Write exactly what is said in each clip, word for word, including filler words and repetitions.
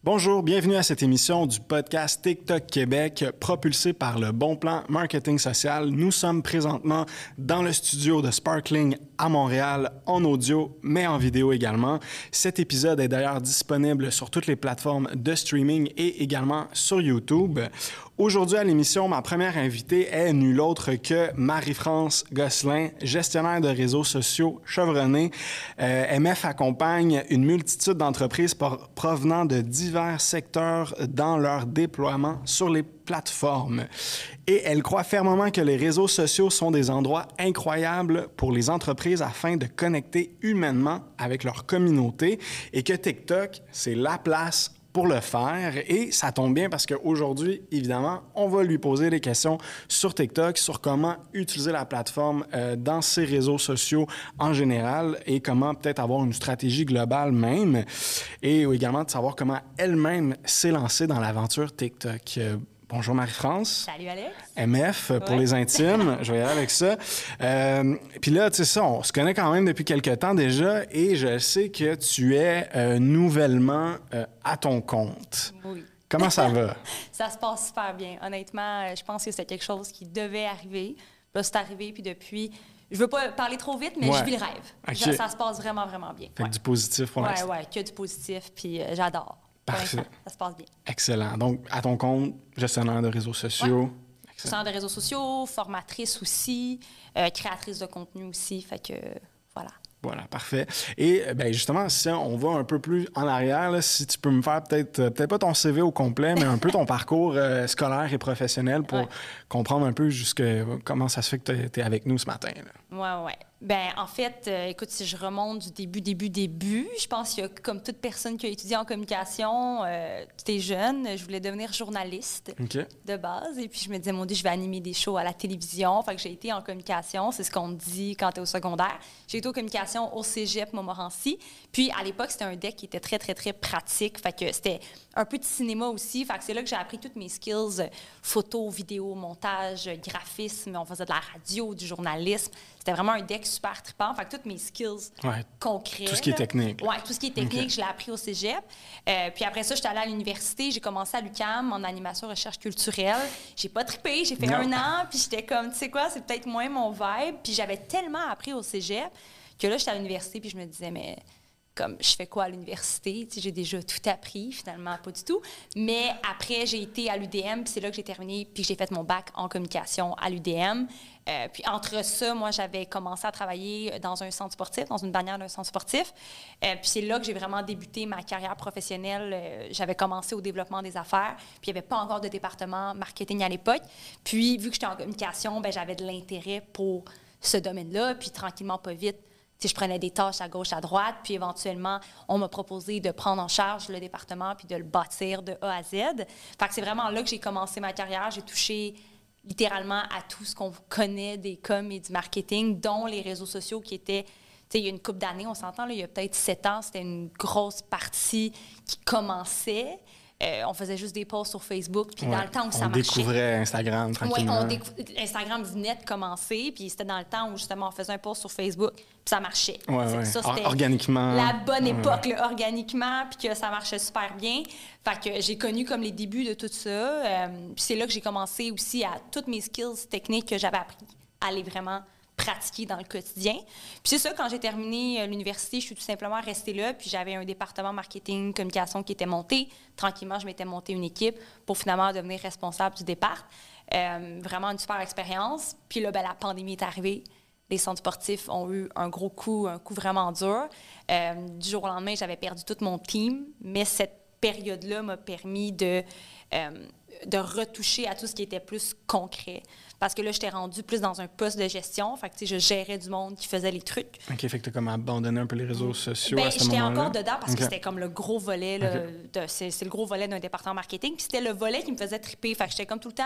Bonjour, bienvenue à cette émission du podcast TikTok Québec, propulsé par le Bon Plan Marketing Social. Nous sommes présentement dans le studio de Sparkling à Montréal, en audio, mais en vidéo également. Cet épisode est d'ailleurs disponible sur toutes les plateformes de streaming et également sur YouTube. Aujourd'hui à l'émission, ma première invitée est nulle autre que Marie-France Gosselin, gestionnaire de réseaux sociaux chevronnée. Euh, M F accompagne une multitude d'entreprises por- provenant de divers secteurs dans leur déploiement sur les plateformes. Et elle croit fermement que les réseaux sociaux sont des endroits incroyables pour les entreprises afin de connecter humainement avec leur communauté et que TikTok, c'est la place pour le faire. Et ça tombe bien parce qu'aujourd'hui, évidemment, on va lui poser des questions sur TikTok, sur comment utiliser la plateforme euh, dans ses réseaux sociaux en général et comment peut-être avoir une stratégie globale même. Et également de savoir comment elle-même s'est lancée dans l'aventure TikTok. Euh, Bonjour Marie-France. Salut Alex. M F pour ouais. les intimes, je vais y aller avec ça. Euh, Puis là, tu sais ça, on se connaît quand même depuis quelques temps déjà et je sais que tu es euh, nouvellement euh, à ton compte. Oui. Comment ça va? Ça se passe super bien. Honnêtement, je pense que c'est quelque chose qui devait arriver. Là, c'est arrivé, puis depuis... Je veux pas parler trop vite, mais ouais. je vis le rêve. Okay. Ça, ça se passe vraiment, vraiment bien. Fait ouais. que du positif pour l'instant. Oui, oui, que du positif, puis euh, j'adore. Parfait. Ça se passe bien. Excellent. Donc, à ton compte, gestionnaire de réseaux sociaux. Ouais. Gestionnaire de réseaux sociaux, formatrice aussi, euh, créatrice de contenu aussi. Fait que, euh, voilà. Voilà, parfait. Et bien justement, si on va un peu plus en arrière, là, si tu peux me faire peut-être peut-être pas ton C V au complet, mais un peu ton parcours euh, scolaire et professionnel pour ouais. comprendre un peu jusque comment ça se fait que tu es avec nous ce matin. Oui, oui. Ben en fait, euh, écoute, si je remonte du début, début, début, je pense qu'il y a, comme toute personne qui a étudié en communication, euh, tu es jeune, je voulais devenir journaliste okay. de base. Et puis je me disais, mon Dieu, je vais animer des shows à la télévision. Fait que j'ai été en communication, c'est ce qu'on te dit quand tu es au secondaire. J'ai été en communication au Cégep Montmorency. Puis à l'époque, c'était un deck qui était très, très, très pratique. Fait que c'était un peu de cinéma aussi. Fait que c'est là que j'ai appris toutes mes skills, photo, vidéo, montage, graphisme. On faisait de la radio, du journalisme. C'était vraiment un deck super trippant. Fait que toutes mes skills ouais, concrets. Tout ce qui est technique. Oui, tout ce qui est technique, okay. je l'ai appris au Cégep. Euh, puis après ça, j'étais allée à l'université. J'ai commencé à l'U Q A M en animation recherche culturelle. J'ai pas trippé. J'ai fait non. un an. Puis j'étais comme, tu sais quoi, c'est peut-être moins mon vibe. Puis j'avais tellement appris au Cégep que là, j'étais à l'université. Puis je me disais, mais comme, je fais quoi à l'université? Tu sais, j'ai déjà tout appris. Finalement, pas du tout. Mais après, j'ai été à l'U D M. Puis c'est là que j'ai terminé. Puis j'ai fait mon bac en communication à l'U D M. Euh, puis entre ça, moi, j'avais commencé à travailler dans un centre sportif, dans une bannière d'un centre sportif. Euh, puis c'est là que j'ai vraiment débuté ma carrière professionnelle. Euh, j'avais commencé au développement des affaires. Puis il n'y avait pas encore de département marketing à l'époque. Puis vu que j'étais en communication, bien, j'avais de l'intérêt pour ce domaine-là. Puis tranquillement, pas vite, tu sais, je prenais des tâches à gauche, à droite. Puis éventuellement, on m'a proposé de prendre en charge le département puis de le bâtir de A à Z. Fait que c'est vraiment là que j'ai commencé ma carrière. J'ai touché littéralement à tout ce qu'on connaît des coms et du marketing, dont les réseaux sociaux qui étaient, tu sais, il y a une couple d'années, on s'entend, là, il y a peut-être sept ans, c'était une grosse partie qui commençait. Euh, on faisait juste des posts sur Facebook, puis ouais, dans le temps où ça marchait... On découvrait Instagram tranquillement. Oui, décou- Instagram venait de commencer, puis c'était dans le temps où, justement, on faisait un post sur Facebook, puis ça marchait. Ouais, ouais. Ça, c'était organiquement. La bonne époque, ouais. là, organiquement, puis que ça marchait super bien. Fait que j'ai connu comme les débuts de tout ça. Euh, puis c'est là que j'ai commencé aussi à toutes mes skills techniques que j'avais appris à aller vraiment pratiquer dans le quotidien. Puis c'est ça, quand j'ai terminé l'université, je suis tout simplement restée là, puis j'avais un département marketing, communication qui était monté. Tranquillement, je m'étais monté une équipe pour finalement devenir responsable du départ. Euh, vraiment une super expérience. Puis là, ben, la pandémie est arrivée. Les centres sportifs ont eu un gros coup, un coup vraiment dur. Euh, du jour au lendemain, j'avais perdu tout mon team, mais cette période-là m'a permis de, euh, de retoucher à tout ce qui était plus concret. Parce que là, j'étais rendue plus dans un poste de gestion. Fait que, tu sais, je gérais du monde qui faisait les trucs. OK, fait que t'as comme abandonné un peu les réseaux sociaux ben, à ce moment-là? J'étais encore dedans parce okay. que c'était comme le gros volet. Là, okay. de, c'est, c'est le gros volet d'un département marketing. Puis c'était le volet qui me faisait triper. Fait que j'étais comme tout le temps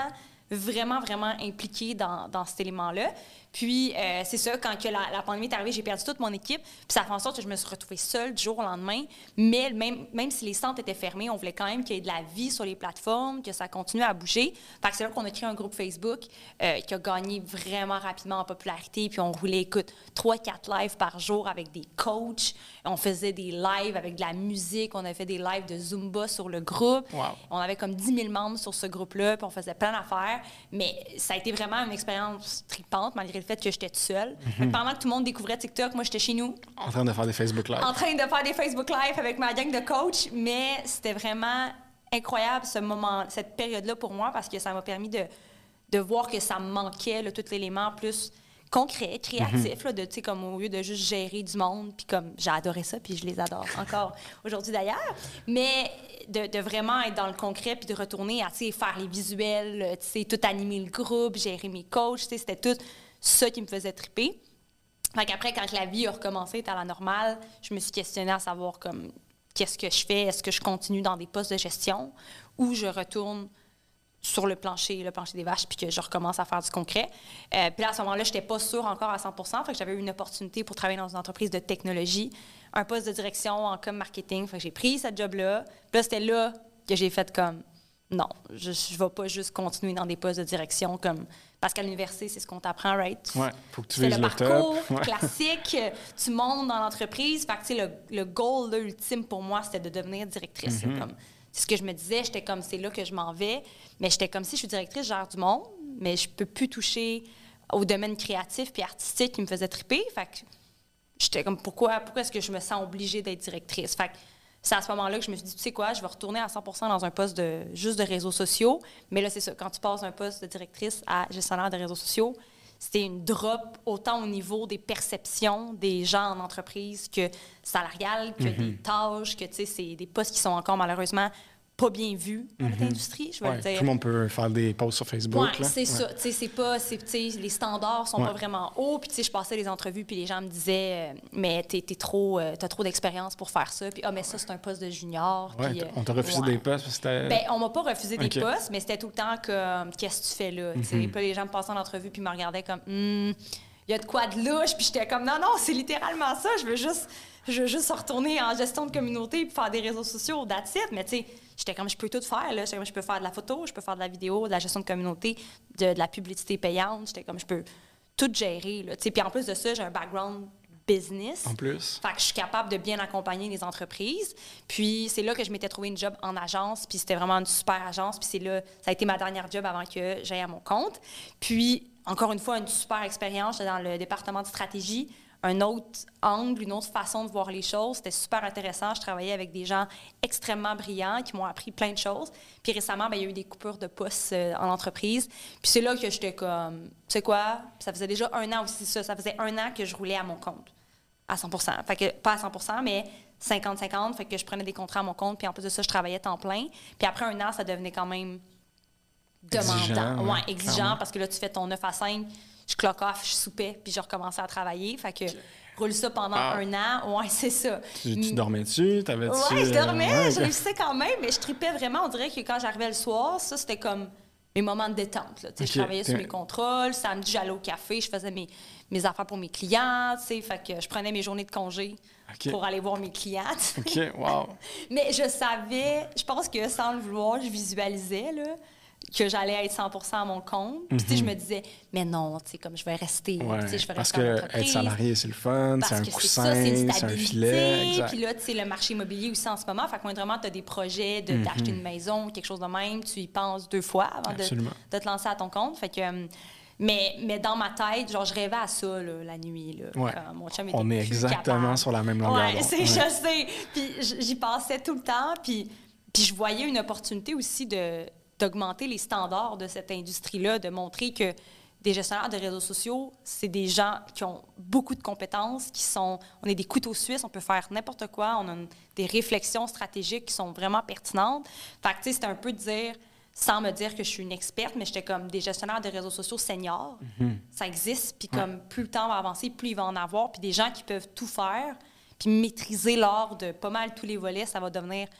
vraiment, vraiment impliquée dans, dans cet élément-là. Puis, euh, c'est ça, quand que la, la pandémie est arrivée, j'ai perdu toute mon équipe. Puis ça fait en sorte que je me suis retrouvée seule du jour au lendemain. Mais même, même si les centres étaient fermés, on voulait quand même qu'il y ait de la vie sur les plateformes, que ça continue à bouger. Fait que c'est là qu'on a créé un groupe Facebook euh, qui a gagné vraiment rapidement en popularité. Puis on roulait, écoute, trois quatre lives par jour avec des coachs. On faisait des lives avec de la musique. On a fait des lives de Zumba sur le groupe. Wow. On avait comme dix mille membres sur ce groupe-là, puis on faisait plein d'affaires. Mais ça a été vraiment une expérience tripante, malgré le fait que j'étais toute seule. Mm-hmm. Pendant que tout le monde découvrait TikTok, moi, j'étais chez nous. En train de faire des Facebook Live. En train de faire des Facebook Live avec ma gang de coach. Mais c'était vraiment incroyable, ce moment, cette période-là pour moi, parce que ça m'a permis de, de voir que ça me manquait, là, tout l'élément plus concret, créatif, mm-hmm. là, de, tu sais, comme au lieu de juste gérer du monde, puis comme j'ai adoré ça, puis je les adore encore aujourd'hui d'ailleurs, mais de, de vraiment être dans le concret, puis de retourner à, tu sais, faire les visuels, tu sais, tout animer le groupe, gérer mes coachs, tu sais, c'était tout ça qui me faisait triper. Fait qu'après, quand la vie a recommencé, à la normale, je me suis questionnée à savoir, comme, qu'est-ce que je fais? Est-ce que je continue dans des postes de gestion ou je retourne sur le plancher, le plancher des vaches, puis que je recommence à faire du concret. Euh, puis là, à ce moment-là, je n'étais pas sûre encore à cent pour cent. Fait que j'avais eu une opportunité pour travailler dans une entreprise de technologie, un poste de direction en com marketing. Fait que j'ai pris ce job-là. Puis là, c'était là que j'ai fait comme, non, je ne vais pas juste continuer dans des postes de direction comme... Parce qu'à l'université, c'est ce qu'on t'apprend, right? Oui, faut que tu vises le, le parcours top. classique. Tu montes dans l'entreprise. Fait que, tu sais, le, le goal là, ultime pour moi, c'était de devenir directrice. Mm-hmm. Comme, c'est ce que je me disais. J'étais comme, c'est là que je m'en vais. Mais j'étais comme, si je suis directrice, je gère du monde, mais je peux plus toucher au domaine créatif puis artistique qui me faisait triper. Fait que j'étais comme, pourquoi, pourquoi est-ce que je me sens obligée d'être directrice? Fait que c'est à ce moment-là que je me suis dit, tu sais quoi, je vais retourner à cent pour cent dans un poste de juste de réseaux sociaux. Mais là, c'est ça, quand tu passes d'un poste de directrice à gestionnaire de réseaux sociaux, c'était une drop autant au niveau des perceptions des gens en entreprise que salariales, que mm-hmm. des tâches, que, tu sais, c'est des postes qui sont encore malheureusement pas bien vus dans mm-hmm. l'industrie, je veux ouais, le dire. Tout le monde peut faire des posts sur Facebook. Oui, c'est ouais. ça. Tu sais, c'est pas... C'est, tu sais, les standards sont ouais. pas vraiment hauts. Puis, tu sais, je passais les entrevues, puis les gens me disaient, euh, mais t'es, t'es trop... Euh, t'as trop d'expérience pour faire ça. Puis, ah, mais ça, c'est un poste de junior. Ouais, puis, euh, on t'a refusé ouais. des postes? C'était... Bien, on m'a pas refusé des okay. postes, mais c'était tout le temps comme, qu'est-ce que tu fais là? Mm-hmm. Tu sais, puis les gens me passaient en entrevue, puis me regardaient comme, hum, il y a de quoi de louche. Puis j'étais comme, non, non, c'est littéralement ça. Je veux juste... Je veux juste retourner en gestion de communauté et faire des réseaux sociaux, that's it. Mais tu sais, j'étais comme, je peux tout faire, là. J'étais comme, je peux faire de la photo, je peux faire de la vidéo, de la gestion de communauté, de, de la publicité payante. J'étais comme, je peux tout gérer, là. Tu sais, puis en plus de ça, j'ai un background business. En plus. Fait que je suis capable de bien accompagner les entreprises. Puis c'est là que je m'étais trouvé une job en agence, puis c'était vraiment une super agence. Puis c'est là, ça a été ma dernière job avant que j'aille à mon compte. Puis, encore une fois, une super expérience. J'étais dans le département de stratégie. Un autre angle, une autre façon de voir les choses. C'était super intéressant. Je travaillais avec des gens extrêmement brillants qui m'ont appris plein de choses. Puis récemment, bien, il y a eu des coupures de postes euh, en entreprise. Puis c'est là que j'étais comme, tu sais quoi, ça faisait déjà un an aussi ça. Ça faisait un an que je roulais à mon compte, à cent pour cent. Fait que, pas à cent pour cent, mais cinquante cinquante. Fait que je prenais des contrats à mon compte. Puis en plus de ça, je travaillais temps plein. Puis après un an, ça devenait quand même demandant. Exigeant, ouais, exigeant, parce que là, tu fais ton neuf à cinq. Je clock off, je soupais, puis je recommençais à travailler. Fait que roule ça pendant ah. un an. Ouais, c'est ça. Tu, tu dormais-tu? T'avais-tu... Ouais, je dormais. Ouais, je réussissais quand même, mais je tripais vraiment. On dirait que quand j'arrivais le soir, ça, c'était comme mes moments de détente. Là. Okay. Je travaillais T'es... sur mes contrôles. Samedi, j'allais au café. Je faisais mes, mes affaires pour mes clients. Fait que je prenais mes journées de congé okay. pour aller voir mes clientes. OK, wow. Mais je savais, je pense que sans le vouloir, je visualisais, là, que j'allais être cent pour cent à mon compte. Puis, mm-hmm. tu sais, je me disais, mais non, tu sais, comme je vais rester, ouais, tu sais, je vais parce rester en entreprise. Parce qu'être salarié, c'est le fun, c'est un coussin, c'est, ça, c'est, une c'est un filet. Exact. Puis là, tu sais, le marché immobilier aussi en ce moment, fait que moindrement, tu as des projets de, mm-hmm. d'acheter une maison, quelque chose de même, tu y penses deux fois avant de, de te lancer à ton compte. Fait que... Mais, mais dans ma tête, genre, je rêvais à ça, là, la nuit, là. Ouais. Quand mon chum était On est plus exactement capable. Sur la même longueur. Ouais, c'est, ouais. je sais. Puis j'y passais tout le temps, puis, puis je voyais une opportunité aussi de... d'augmenter les standards de cette industrie-là, de montrer que des gestionnaires de réseaux sociaux, c'est des gens qui ont beaucoup de compétences, qui sont... On est des couteaux suisses, on peut faire n'importe quoi, on a une, des réflexions stratégiques qui sont vraiment pertinentes. Fait que, tu sais, c'était un peu de dire, sans me dire que je suis une experte, mais j'étais comme des gestionnaires de réseaux sociaux seniors. Mm-hmm. Ça existe, puis comme plus le temps va avancer, plus il va en avoir, puis des gens qui peuvent tout faire, puis maîtriser l'art de pas mal tous les volets, ça va devenir...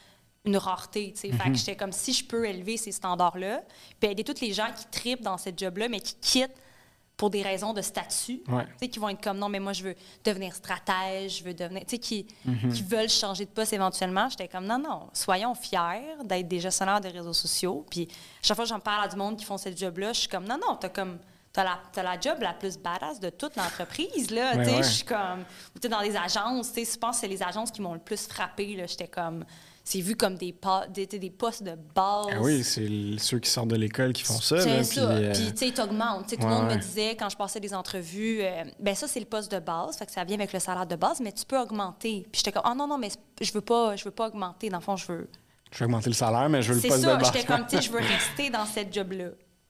une rareté, tu sais. Mm-hmm. Fait que j'étais comme, si je peux élever ces standards-là, puis aider tous les gens qui trippent dans cette job-là, mais qui quittent pour des raisons de statut, ouais. tu sais, qui vont être comme, non, mais moi, je veux devenir stratège, je veux devenir, tu sais, qui, mm-hmm. qui veulent changer de poste éventuellement. J'étais comme, non, non, soyons fiers d'être des gestionnaires de réseaux sociaux. Puis, chaque fois que j'en parle à du monde qui font cette job-là, je suis comme, non, non, t'as comme, t'as la, t'as la job la plus badass de toute l'entreprise, là, ouais, tu sais, ouais. je suis comme, ou tu es dans les agences, tu sais, je pense que c'est les agences qui m'ont le plus frappé, là, j'étais comme, c'est vu comme des, pa- des, des postes de base. Ah oui, c'est l- ceux qui sortent de l'école qui font ça. C'est là, ça. Puis, euh... Puis, tu sais, t'augmentes. Tout ouais, le monde ouais. me disait, quand je passais des entrevues, euh, ben ça, c'est le poste de base, fait que ça vient avec le salaire de base, mais tu peux augmenter. Puis j'étais comme, ah oh, non, non, mais je veux pas, je veux pas augmenter. Dans le fond, je veux... Je veux augmenter le salaire, mais je veux c'est le poste ça, de base. j'étais comme, tu sais, je veux rester dans cette job-là.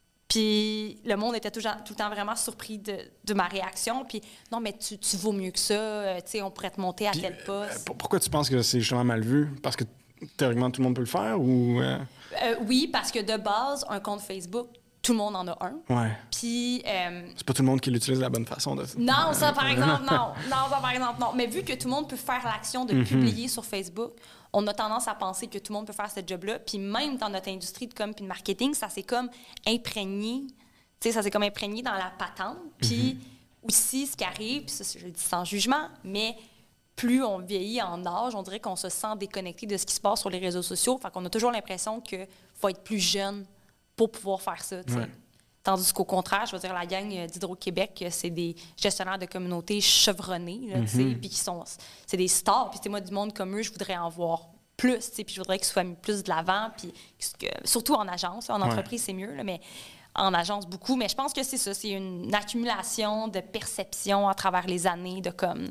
Puis le monde était tout, tout le temps vraiment surpris de, de ma réaction. Puis non, mais tu, tu vaux mieux que ça. Euh, tu sais, on pourrait te monter à Puis, tel poste. Euh, pourquoi tu penses que c'est justement mal vu? Parce que théoriquement, tout le monde peut le faire ou... Euh... Euh, oui, parce que de base, un compte Facebook, tout le monde en a un. Ouais. Puis... Euh, c'est pas tout le monde qui l'utilise de la bonne façon. De... Non, ça par exemple, non. Non, ça par exemple, non. Mais vu que tout le monde peut faire l'action de mm-hmm. publier sur Facebook, on a tendance à penser que tout le monde peut faire ce job-là. Puis même dans notre industrie de com puis de marketing, ça s'est comme imprégné. Tu sais, ça s'est comme imprégné dans la patente. Puis mm-hmm. aussi, ce qui arrive, puis ça, je le dis sans jugement, mais plus on vieillit en âge, on dirait qu'on se sent déconnecté de ce qui se passe sur les réseaux sociaux. Fait qu'on a toujours l'impression qu'il faut être plus jeune pour pouvoir faire ça, tu sais. Ouais. Tandis qu'au contraire, je veux dire, la gang d'Hydro-Québec, c'est des gestionnaires de communautés chevronnés, là, mm-hmm. tu sais, puis qui sont... C'est des stars, puis moi, du monde comme eux, je voudrais en voir plus, tu sais, puis je voudrais qu'ils soient mis plus de l'avant, puis que, surtout en agence. En entreprise, ouais. c'est mieux, là, mais en agence, beaucoup. Mais je pense que c'est ça, c'est une accumulation de perceptions à travers les années, de comme...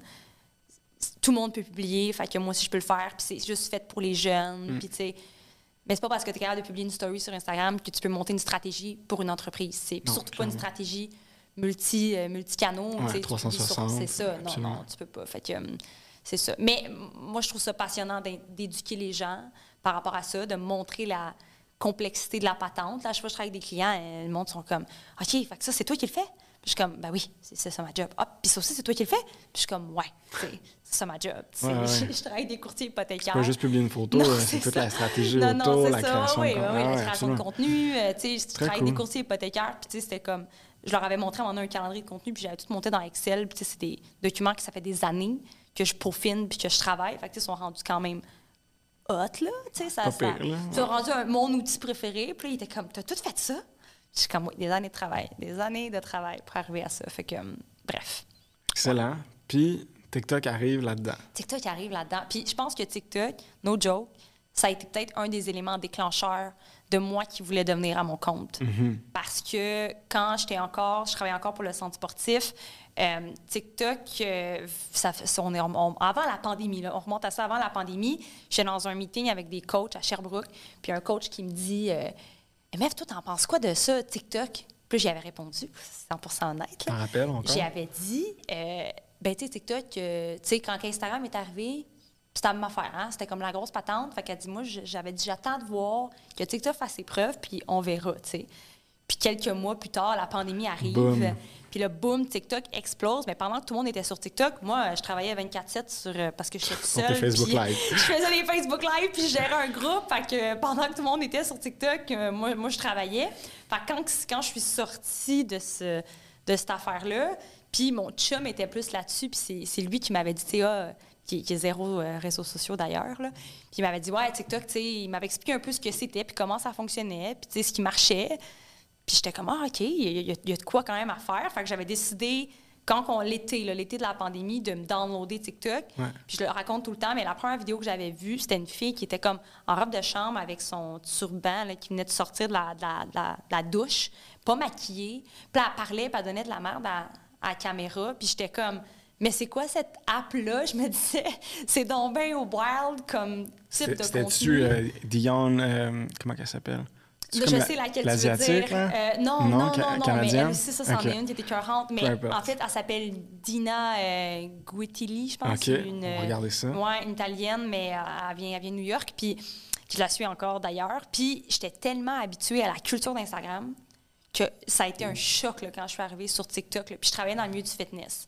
Tout le monde peut publier, fait que moi aussi, je peux le faire, puis c'est juste fait pour les jeunes, mm. puis tu sais... Mais c'est pas parce que tu es capable de publier une story sur Instagram que tu peux monter une stratégie pour une entreprise. C'est non, surtout clairement. Pas une stratégie multi, euh, multi-canaux. Ouais, trois cent soixante. C'est ça. Non, absolument. Non, tu peux pas. Fait que, um, c'est ça. Mais moi, je trouve ça passionnant d'éduquer les gens par rapport à ça, de montrer la complexité de la patente. Là, je vois, je travaille avec des clients, et le monde sont comme « OK, fait que ça, c'est toi qui le fais? » Puis je suis comme, ben oui, c'est ça ma job. Ah, puis ça aussi, c'est toi qui le fais? Puis je suis comme, ouais, c'est ça ma job. Ouais, ouais. Je, je travaille avec des courtiers hypothécaires. C'est pas juste publier une photo, c'est toute la stratégie non, autour, non, la ça. création oui, de contenu. Oui, ah, la ouais, création de contenu. Euh, tu sais, je travaille cool. avec des courtiers hypothécaires, puis tu sais, c'était comme, je leur avais montré en un calendrier de contenu, puis j'avais tout monté dans Excel, puis tu sais, c'est des documents que ça fait des années que je peaufine, puis que je travaille. Fait que tu sais, ils sont rendus quand même hot, là. Tu sais, ça. Pas pire, là. Ils sont rendus un, mon outil préféré, puis là, il était comme, t'as tout fait ça? Je suis comme, oui, des années de travail, des années de travail pour arriver à ça. Fait que, um, bref. Excellent. Puis, TikTok arrive là-dedans. TikTok arrive là-dedans. Puis, je pense que TikTok, no joke, ça a été peut-être un des éléments déclencheurs de moi qui voulais devenir à mon compte. Mm-hmm. Parce que quand j'étais encore, je travaillais encore pour le centre sportif, euh, TikTok, euh, ça, on est, on, avant la pandémie, là, on remonte à ça avant la pandémie, j'étais dans un meeting avec des coachs à Sherbrooke, puis un coach qui me dit... Euh, Mev, toi, t'en penses quoi de ça, TikTok? Puis j'y avais répondu, cent pour cent honnête. T'en rappelles encore? J'y avais dit, euh, ben, tu sais, TikTok, euh, tu sais, quand Instagram est arrivé, c'était la même affaire, hein? C'était comme la grosse patente. Fait qu'elle dit, moi, j'avais dit, j'attends de voir que TikTok fasse ses preuves, puis on verra, tu sais. Puis quelques mois plus tard, la pandémie arrive. Boom. Puis là, boum, TikTok explose. Mais pendant que tout le monde était sur TikTok, moi, je travaillais vingt-quatre sept sur, euh, parce que j'étais toute seule. Facebook Live. Je faisais des Facebook Live, puis je gérais un groupe. Fait que pendant que tout le monde était sur TikTok, euh, moi, moi, je travaillais. Fait que quand, quand je suis sortie de, ce, de cette affaire-là, puis mon chum était plus là-dessus, puis c'est lui qui m'avait dit, tu sais, ah, qui, qui est zéro euh, réseaux sociaux d'ailleurs, là. Puis il m'avait dit, ouais, TikTok, tu sais, il m'avait expliqué un peu ce que c'était, puis comment ça fonctionnait, puis tu sais, ce qui marchait. Puis j'étais comme, ah, OK, il y, y, y a de quoi quand même à faire. Fait que j'avais décidé, quand on l'été, l'été de la pandémie, de me downloader TikTok. Ouais. Puis je le raconte tout le temps, mais la première vidéo que j'avais vue, c'était une fille qui était comme en robe de chambre avec son turban là, qui venait de sortir de la, de la, de la, de la douche, pas maquillée. Puis elle parlait, puis elle donnait de la merde à, à la caméra. Puis j'étais comme, mais c'est quoi cette app-là? Je me disais, c'est donc bien au wild comme type de contenu. C'était-tu euh, Dion, euh, comment elle s'appelle? Là, je sais laquelle tu veux dire. Euh, non, non, non, non, non mais elle aussi, ça, c'en okay. est une qui était écœurante. Mais en fait, elle s'appelle Dina euh, Guitilli, je pense. OK, une, on va regarder ça. Oui, une Italienne, mais elle vient, elle vient de New York, puis je la suis encore d'ailleurs. Puis j'étais tellement habituée à la culture d'Instagram que ça a été un choc là, quand je suis arrivée sur TikTok. Là, puis je travaillais dans le milieu du fitness.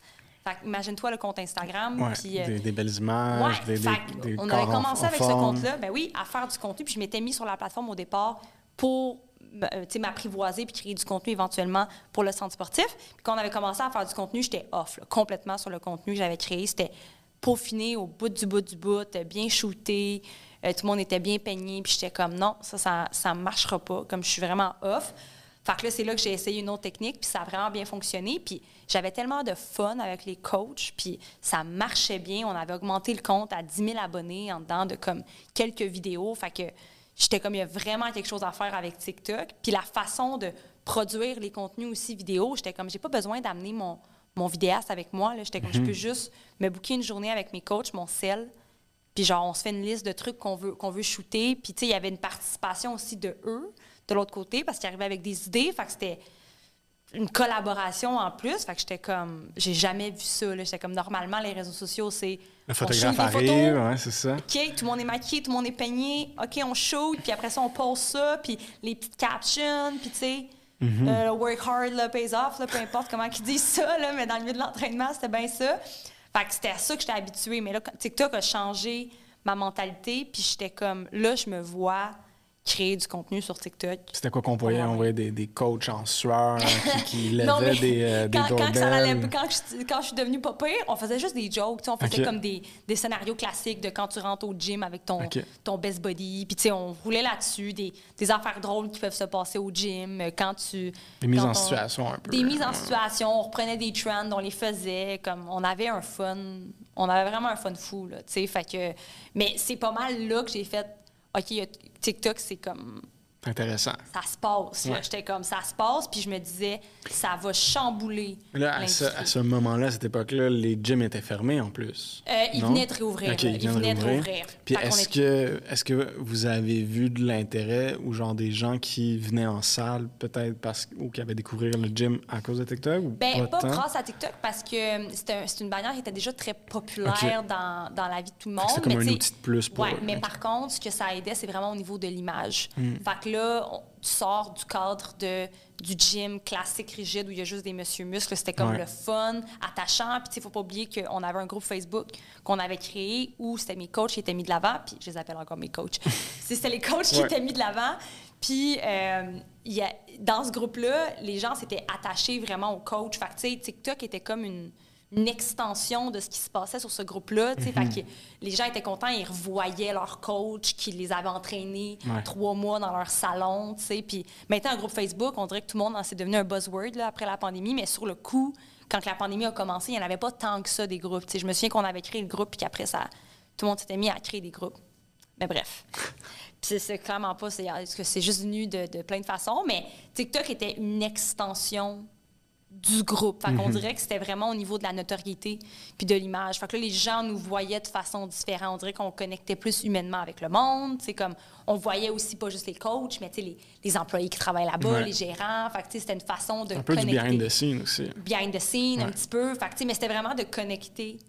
Fait que imagine-toi le compte Instagram. Ouais, puis, euh, des, des belles images, ouais, des, fait des, des on corps avait commencé en, en avec forme. ce compte-là, ben oui, à faire du contenu. Puis je m'étais mis sur la plateforme au départ pour euh, m'apprivoiser puis créer du contenu éventuellement pour le centre sportif. Puis quand on avait commencé à faire du contenu, j'étais off, là, complètement sur le contenu que j'avais créé. C'était peaufiné au bout du bout du bout, bien shooté. Euh, tout le monde était bien peigné. Puis j'étais comme, non, ça, ça, ça marchera pas. Comme je suis vraiment off. Fait que là, c'est là que j'ai essayé une autre technique, puis ça a vraiment bien fonctionné. Puis j'avais tellement de fun avec les coachs, puis ça marchait bien. On avait augmenté le compte à dix mille abonnés en dedans de comme quelques vidéos. Fait que j'étais comme, il y a vraiment quelque chose à faire avec TikTok. Puis la façon de produire les contenus aussi vidéo, j'étais comme, j'ai pas besoin d'amener mon, mon vidéaste avec moi. Là. J'étais comme, mm-hmm. je peux juste me booker une journée avec mes coachs, mon sel. Puis genre, on se fait une liste de trucs qu'on veut, qu'on veut shooter. Puis tu sais, il y avait une participation aussi de eux, de l'autre côté, parce qu'ils arrivaient avec des idées. Fait que c'était une collaboration en plus. Fait que j'étais comme... J'ai jamais vu ça, là. J'étais comme, normalement, les réseaux sociaux, c'est... Le photographe arrive, ouais, c'est ça. OK, tout le monde est maquillé, tout le monde est peigné. OK, on shoot, puis après ça, on pose ça, puis les petites captions, puis tu sais... Mm-hmm. euh, work hard, là, pays off, là, peu importe comment ils disent ça, là, mais dans le milieu de l'entraînement, c'était bien ça. Fait que c'était à ça que j'étais habituée. Mais là, TikTok a changé ma mentalité, puis j'étais comme, là, je me vois créer du contenu sur TikTok. C'était quoi qu'on voyait? On voyait des, des coachs en sueur qui, qui levaient non, des, euh, des quand, quand, ça allait, quand, je, quand je suis devenue pas pire, on faisait juste des jokes. On faisait okay. comme des, des scénarios classiques de quand tu rentres au gym avec ton, okay. ton best body. Puis, tu sais, on roulait là-dessus, des, des affaires drôles qui peuvent se passer au gym. Quand tu... Des mises en on, situation un peu. Des mises en situation. On reprenait des trends, on les faisait. Comme, on avait un fun. On avait vraiment un fun fou, là, tu sais. Fait que... Mais c'est pas mal là que j'ai fait... OK, TikTok, c'est comme... Intéressant. Ça se passe. Ouais. J'étais comme, ça se passe, puis je me disais, ça va chambouler là, à ce, à ce moment-là, à cette époque-là, les gyms étaient fermés en plus. Euh, ils non? venaient de réouvrir. Okay, ils, ils venaient de réouvrir. Puis est-ce que, est-ce que vous avez vu de l'intérêt ou genre des gens qui venaient en salle, peut-être parce ou qui avaient découvert le gym à cause de TikTok? Ou ben, pas pas grâce à TikTok, parce que c'est un, une bannière qui était déjà très populaire okay. dans, dans la vie de tout le monde. C'est comme mais un outil de plus pour ouais, eux. Mais okay. par contre, ce que ça aidait, c'est vraiment au niveau de l'image. Mm. Fait que là, on, tu sors du cadre de, du gym classique, rigide, où il y a juste des monsieur muscles. C'était comme ouais. le fun, attachant. Puis, il ne faut pas oublier qu'on avait un groupe Facebook qu'on avait créé où c'était mes coachs qui étaient mis de l'avant. Puis, je les appelle encore mes coachs. C'était les coachs qui ouais. étaient mis de l'avant. Puis, euh, y a, dans ce groupe-là, les gens s'étaient attachés vraiment aux coachs. Fait que, tu sais, TikTok était comme une... une extension de ce qui se passait sur ce groupe-là. Mm-hmm. Fait que les gens étaient contents, ils revoyaient leur coach qui les avait entraînés ouais. trois mois dans leur salon. Puis maintenant, un groupe Facebook, on dirait que tout le monde, c'est devenu un buzzword là, après la pandémie, mais sur le coup, quand la pandémie a commencé, il n'y en avait pas tant que ça des groupes. T'sais, je me souviens qu'on avait créé le groupe, puis qu'après ça, tout le monde s'était mis à créer des groupes. Mais bref. Puis c'est clairement pas... C'est, c'est juste venu de, de plein de façons, mais TikTok était une extension du groupe. Fait qu'on mm-hmm. dirait que c'était vraiment au niveau de la notoriété puis de l'image. Fait que là, les gens nous voyaient de façon différente. On dirait qu'on connectait plus humainement avec le monde. T'sais, comme on voyait aussi pas juste les coachs, mais les, les employés qui travaillent là-bas, ouais. les gérants. Fait que c'était une façon de un peu connecter. Un peu du behind the scene aussi. Behind the scene, ouais. un petit peu. Fait que, mais c'était vraiment de connecter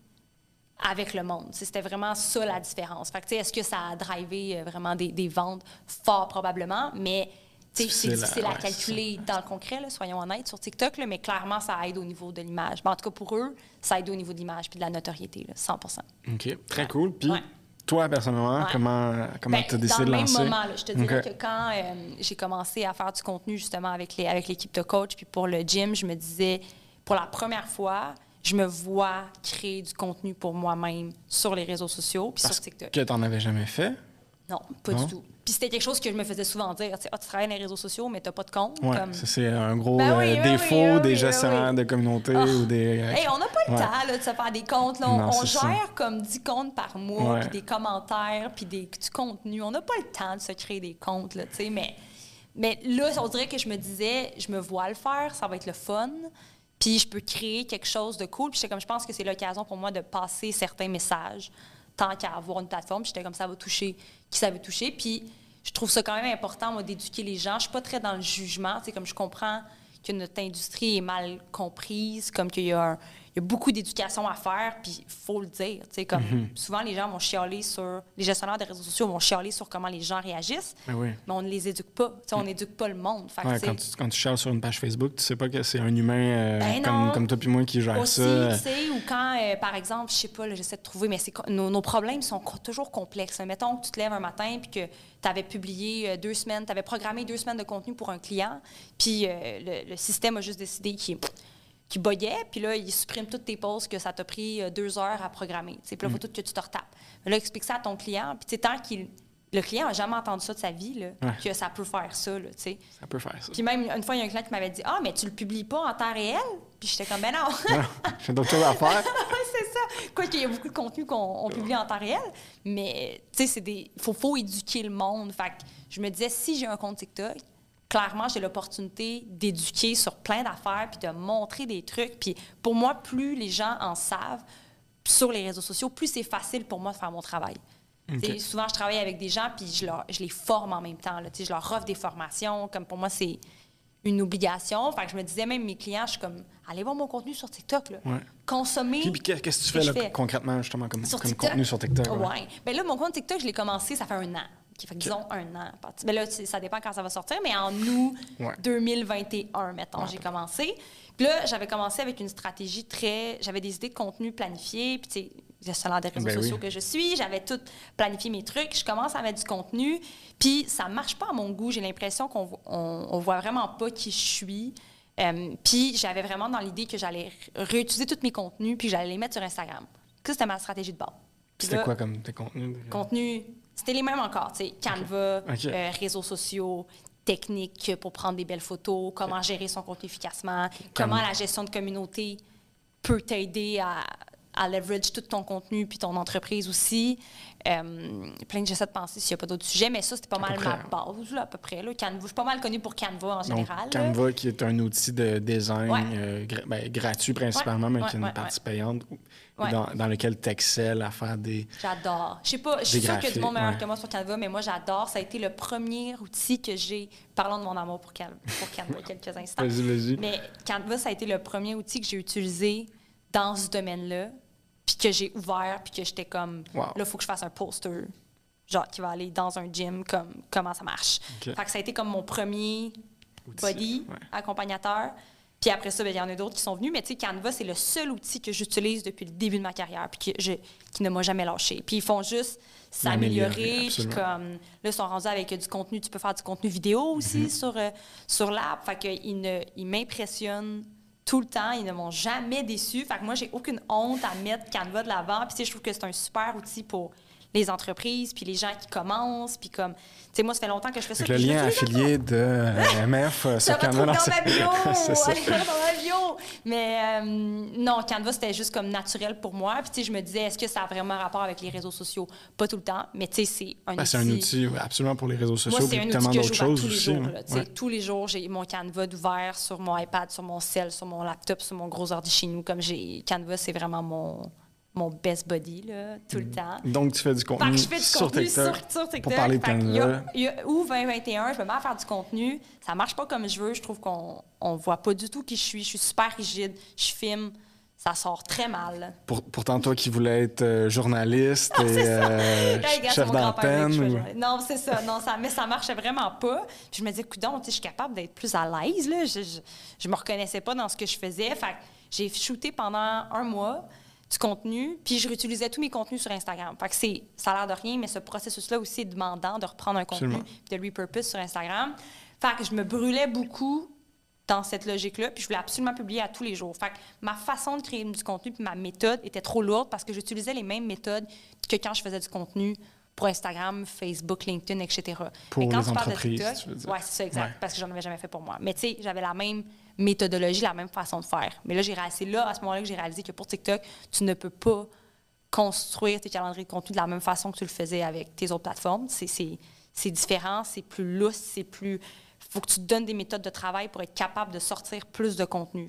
avec le monde. T'sais, c'était vraiment ça la différence. Fait que, est-ce que ça a drivé vraiment des, des ventes? Fort probablement, mais... C'est difficile à, à calculer ouais, dans le concret, là, soyons honnêtes, sur TikTok, là, mais clairement, ça aide au niveau de l'image. Ben, en tout cas, pour eux, ça aide au niveau de l'image puis de la notoriété, là, cent pour cent. OK, très ouais. cool. Puis, ouais. toi, personnellement, ouais. comment comment ben, tu as décidé de lancer? Dans le même moment, là, je te dirais okay. que quand euh, j'ai commencé à faire du contenu, justement, avec, les, avec l'équipe de coach, puis pour le gym, je me disais, pour la première fois, je me vois créer du contenu pour moi-même sur les réseaux sociaux puis sur TikTok. Que tu n'en avais jamais fait? Non, pas non. du tout. Puis c'était quelque chose que je me faisais souvent dire. Ah, tu travailles dans les réseaux sociaux, mais tu n'as pas de compte. Oui, comme... ça, c'est un gros ben oui, euh, ben défaut oui, ben des oui, gestionnaires ben oui. de communauté oh. ou des... Hey, on n'a pas le ouais. temps là, de se faire des comptes. Là. Non, on gère ça. comme dix comptes par mois, ouais. puis des commentaires, puis des, du contenu. On n'a pas le temps de se créer des comptes, là, tu sais, mais, mais là, on dirait que je me disais, je me vois le faire, ça va être le fun, puis je peux créer quelque chose de cool. Puis comme, je pense que c'est l'occasion pour moi de passer certains messages, tant qu'à avoir une plateforme. J'étais comme, ça va toucher qui ça veut toucher. Puis je trouve ça quand même important, moi, d'éduquer les gens. Je suis pas très dans le jugement. Tu sais, comme je comprends que notre industrie est mal comprise, comme qu'il y a un, y a beaucoup d'éducation à faire, puis il faut le dire. Tu sais, comme mm-hmm. souvent, les gens vont chialer sur... Les gestionnaires des réseaux sociaux vont chialer sur comment les gens réagissent, ben oui. mais on ne les éduque pas. Tu sais, on n'éduque pas le monde. Fait que, ouais, quand, tu, quand tu chiales sur une page Facebook, tu sais pas que c'est un humain euh, ben comme, comme toi puis moi qui gère aussi, ça. Tu sais, ou quand, euh, par exemple, je sais pas, là, j'essaie de trouver, mais c'est, nos, nos problèmes sont toujours complexes. Mettons que tu te lèves un matin puis que tu avais publié euh, deux semaines, tu avais programmé deux semaines de contenu pour un client, puis euh, le, le système a juste décidé qu'il... qui buguait, puis là, il supprime toutes tes pauses que ça t'a pris euh, deux heures à programmer. Puis là, il faut mm. tout que tu te retapes. Mais là, explique ça à ton client, puis tu sais, tant qu'il... Le client n'a jamais entendu ça de sa vie, là, ouais. que ça peut faire ça, là, tu sais. Ça peut faire ça. Puis même, une fois, il y a un client qui m'avait dit « Ah, mais tu le publies pas en temps réel? » Puis j'étais comme « Ben non! » Non, j'ai d'autres choses à faire. C'est ça. Quoi qu'il y a beaucoup de contenu qu'on on publie en temps réel, mais, tu sais, c'est des... Il faut, faut éduquer le monde. Fait que je me disais, si j'ai un compte TikTok, clairement, j'ai l'opportunité d'éduquer sur plein d'affaires puis de montrer des trucs. Puis pour moi, plus les gens en savent sur les réseaux sociaux, plus c'est facile pour moi de faire mon travail. Okay. Souvent, je travaille avec des gens puis je, leur, je les forme en même temps. Là. Je leur offre des formations. Comme pour moi, c'est une obligation. Fait que je me disais, même mes clients, je suis comme, allez voir mon contenu sur TikTok. Là. Ouais. Consommez. Puis, puis qu'est-ce que tu fais, là, fais concrètement, justement, comme, comme contenu sur TikTok? Oui. Ouais. Bien là, mon compte TikTok, je l'ai commencé, ça fait un an. Fait que, disons, okay. un an. Mais là, ça dépend quand ça va sortir, mais en août ouais. deux mille vingt et un, mettons, ouais. j'ai commencé. Puis là, j'avais commencé avec une stratégie très... J'avais des idées de contenu planifiées, puis tu sais, gestionnaire des réseaux ben sociaux oui. que je suis, j'avais tout planifié mes trucs. Je commence à mettre du contenu, puis ça marche pas à mon goût. J'ai l'impression qu'on on, on voit vraiment pas qui je suis. Euh, puis j'avais vraiment dans l'idée que j'allais réutiliser tous mes contenus, puis j'allais les mettre sur Instagram. Ça, c'était ma stratégie de base. C'était quoi comme tes contenus? Contenus... C'était les mêmes encore, tu sais, Canva, okay. Okay. Euh, réseaux sociaux, techniques pour prendre des belles photos, comment okay. gérer son contenu efficacement, Comme... comment la gestion de communauté peut t'aider à, à leverage tout ton contenu puis ton entreprise aussi. Euh, plein de j'essaie de penser s'il n'y a pas d'autres sujets, mais ça, c'était pas à mal ma base, là, à peu près. Là. Canva, je suis pas mal connue pour Canva en général. Donc, Canva, là. Qui est un outil de design ouais. euh, gra- ben, gratuit principalement, ouais. mais ouais, qui a une ouais, partie ouais. payante, ouais. dans, dans lequel tu excelles à faire des. J'adore. Je sais pas, je suis sûre qu'il y a du monde meilleur ouais. que moi sur Canva, mais moi, j'adore. Ça a été le premier outil que j'ai, parlant de mon amour pour Canva, pour Canva quelques instants. Vas-y, vas-y. Mais Canva, ça a été le premier outil que j'ai utilisé dans ce domaine-là. Puis que j'ai ouvert, puis que j'étais comme, wow. là, il faut que je fasse un poster, genre, qui va aller dans un gym, comme, comment ça marche. Okay. Fait que ça a été comme mon premier outil, body ouais. accompagnateur. Puis après ça, il y en a d'autres qui sont venus, mais tu sais, Canva, c'est le seul outil que j'utilise depuis le début de ma carrière, puis que je, qui ne m'a jamais lâché. Puis ils font juste s'améliorer, puis comme, là, ils sont rendus avec du contenu, tu peux faire du contenu vidéo aussi mm-hmm. sur, euh, sur l'app. Fait qu'ils ne, ils m'impressionnent tout le temps, ils ne m'ont jamais déçu. Fait que moi, j'ai aucune honte à mettre Canva de l'avant. Puis tu sais, je trouve que c'est un super outil pour les entreprises, puis les gens qui commencent, puis comme, tu sais, moi, ça fait longtemps que je fais ça. Le lien affilié de euh, M F euh, sur Canva. Dans ma bio! Allez voir dans ma bio! Mais euh, non, Canva, c'était juste comme naturel pour moi. Puis tu sais, je me disais, est-ce que ça a vraiment un rapport avec les réseaux sociaux? Pas tout le temps, mais tu sais, c'est un ben, outil... C'est un outil absolument pour les réseaux sociaux. Moi, c'est un outil que j'ouvre tous les aussi, jours. Hein? Là, ouais. Tous les jours, j'ai mon Canva ouvert sur mon iPad, sur mon cell, sur mon laptop, sur mon gros ordi chez nous. Comme j'ai Canva, c'est vraiment mon... mon best body, là, tout le temps. Donc, tu fais du contenu, je fais du sur, contenu TikTok sur, sur TikTok pour parler de Canva. Il y a août vingt vingt et un, je me mets à faire du contenu. Ça marche pas comme je veux. Je trouve qu'on on voit pas du tout qui je suis. Je suis super rigide. Je filme. Ça sort très mal. Pour, pourtant, toi qui voulais être euh, journaliste et euh, hey, chef d'antenne. Ou... Non, c'est ça. Non, ça. Mais ça marchait vraiment pas. Puis je me disais, coudonc, je suis capable d'être plus à l'aise. Là. Je, je, je me reconnaissais pas dans ce que je faisais. Fait que j'ai shooté pendant un mois du contenu, puis je réutilisais tous mes contenus sur Instagram. Fait que c'est, ça a l'air de rien, mais ce processus-là aussi est demandant de reprendre un contenu et de le repurpose sur Instagram. Fait que je me brûlais beaucoup dans cette logique-là, puis je voulais absolument publier à tous les jours. Fait que ma façon de créer du contenu puis ma méthode était trop lourde parce que j'utilisais les mêmes méthodes que quand je faisais du contenu pour Instagram, Facebook, LinkedIn, et cetera. Pour mais quand les tu parles entreprises, de TikTok, tu veux dire. Ouais, c'est ça, exact, ouais. parce que j'en avais jamais fait pour moi. Mais tu sais, j'avais la même méthodologie, la même façon de faire. Mais là, j'ai réalisé, là, à ce moment-là, que j'ai réalisé que pour TikTok, tu ne peux pas construire tes calendriers de contenu de la même façon que tu le faisais avec tes autres plateformes. C'est, c'est, c'est différent, c'est plus lousse, c'est plus... Il faut que tu te donnes des méthodes de travail pour être capable de sortir plus de contenu. Fait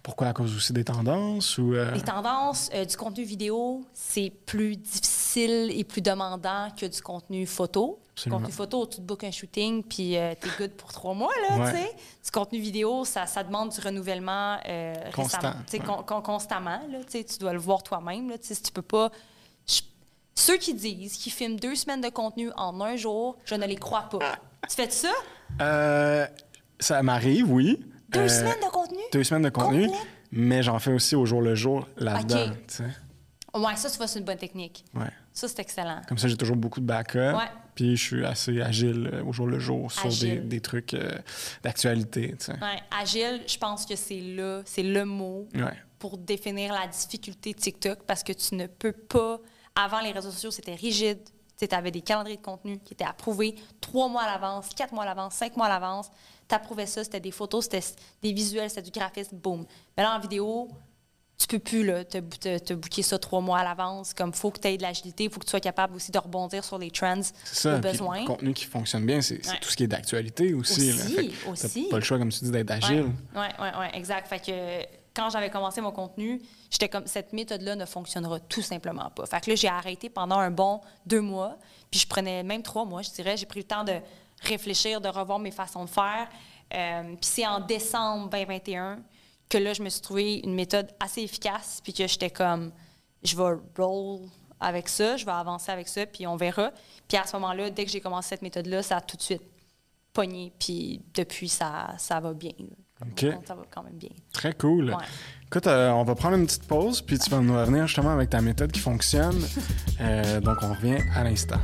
Pourquoi? À cause aussi des tendances? Ou euh... Les tendances, euh, du contenu vidéo, c'est plus difficile et plus demandant que du contenu photo. Absolument. Du contenu photo, tu te bookes un shooting, puis euh, t'es good pour trois mois, là, ouais. tu sais. Du contenu vidéo, ça, ça demande du renouvellement euh, constant. Ouais. Con, con, constamment, là, tu sais. Tu dois le voir toi-même, là, tu sais, si tu peux pas... Je... Ceux qui disent qu'ils filment deux semaines de contenu en un jour, je ne les crois pas. Tu fais ça? Euh, ça m'arrive, oui. Deux euh, semaines de contenu? Deux semaines de contenu, Complet? Mais j'en fais aussi au jour le jour là-dedans, okay. tu sais. Ouais, ça, c'est une bonne technique. Ouais. Ça, c'est excellent. Comme ça, j'ai toujours beaucoup de backup. Ouais. Puis je suis assez agile euh, au jour le jour sur des, des trucs euh, d'actualité, tu sais. Ouais. Agile, je pense que c'est là, c'est le mot ouais. pour définir la difficulté de TikTok parce que tu ne peux pas... Avant, les réseaux sociaux, c'était rigide. Tu avais des calendriers de contenu qui étaient approuvés trois mois à l'avance, quatre mois à l'avance, cinq mois à l'avance. Tu approuvais ça, c'était des photos, c'était des visuels, c'était du graphisme, boum. Mais là, en vidéo, tu peux plus là, te, te, te booker ça trois mois à l'avance. Comme il faut que tu aies de l'agilité, il faut que tu sois capable aussi de rebondir sur les trends au besoin. Le contenu qui fonctionne bien, c'est ouais. tout ce qui est d'actualité aussi. Aussi, là. Fait aussi. T'as pas le choix, comme tu dis, d'être agile. Oui, ouais, ouais, ouais, exact. Fait que quand j'avais commencé mon contenu, j'étais comme, cette méthode-là ne fonctionnera tout simplement pas. Fait que là, j'ai arrêté pendant un bon deux mois, puis je prenais même trois mois, je dirais. J'ai pris le temps de réfléchir, de revoir mes façons de faire. Euh, puis c'est en décembre vingt vingt et un que là, je me suis trouvé une méthode assez efficace, puis que j'étais comme, je vais roll avec ça, je vais avancer avec ça, puis on verra. Puis à ce moment-là, dès que j'ai commencé cette méthode-là, ça a tout de suite pogné, puis depuis, ça, ça va bien. OK. Ça va quand même bien. Très cool. Ouais. Écoute, euh, on va prendre une petite pause, puis tu vas nous revenir justement avec ta méthode qui fonctionne. euh, donc, on revient à l'instant.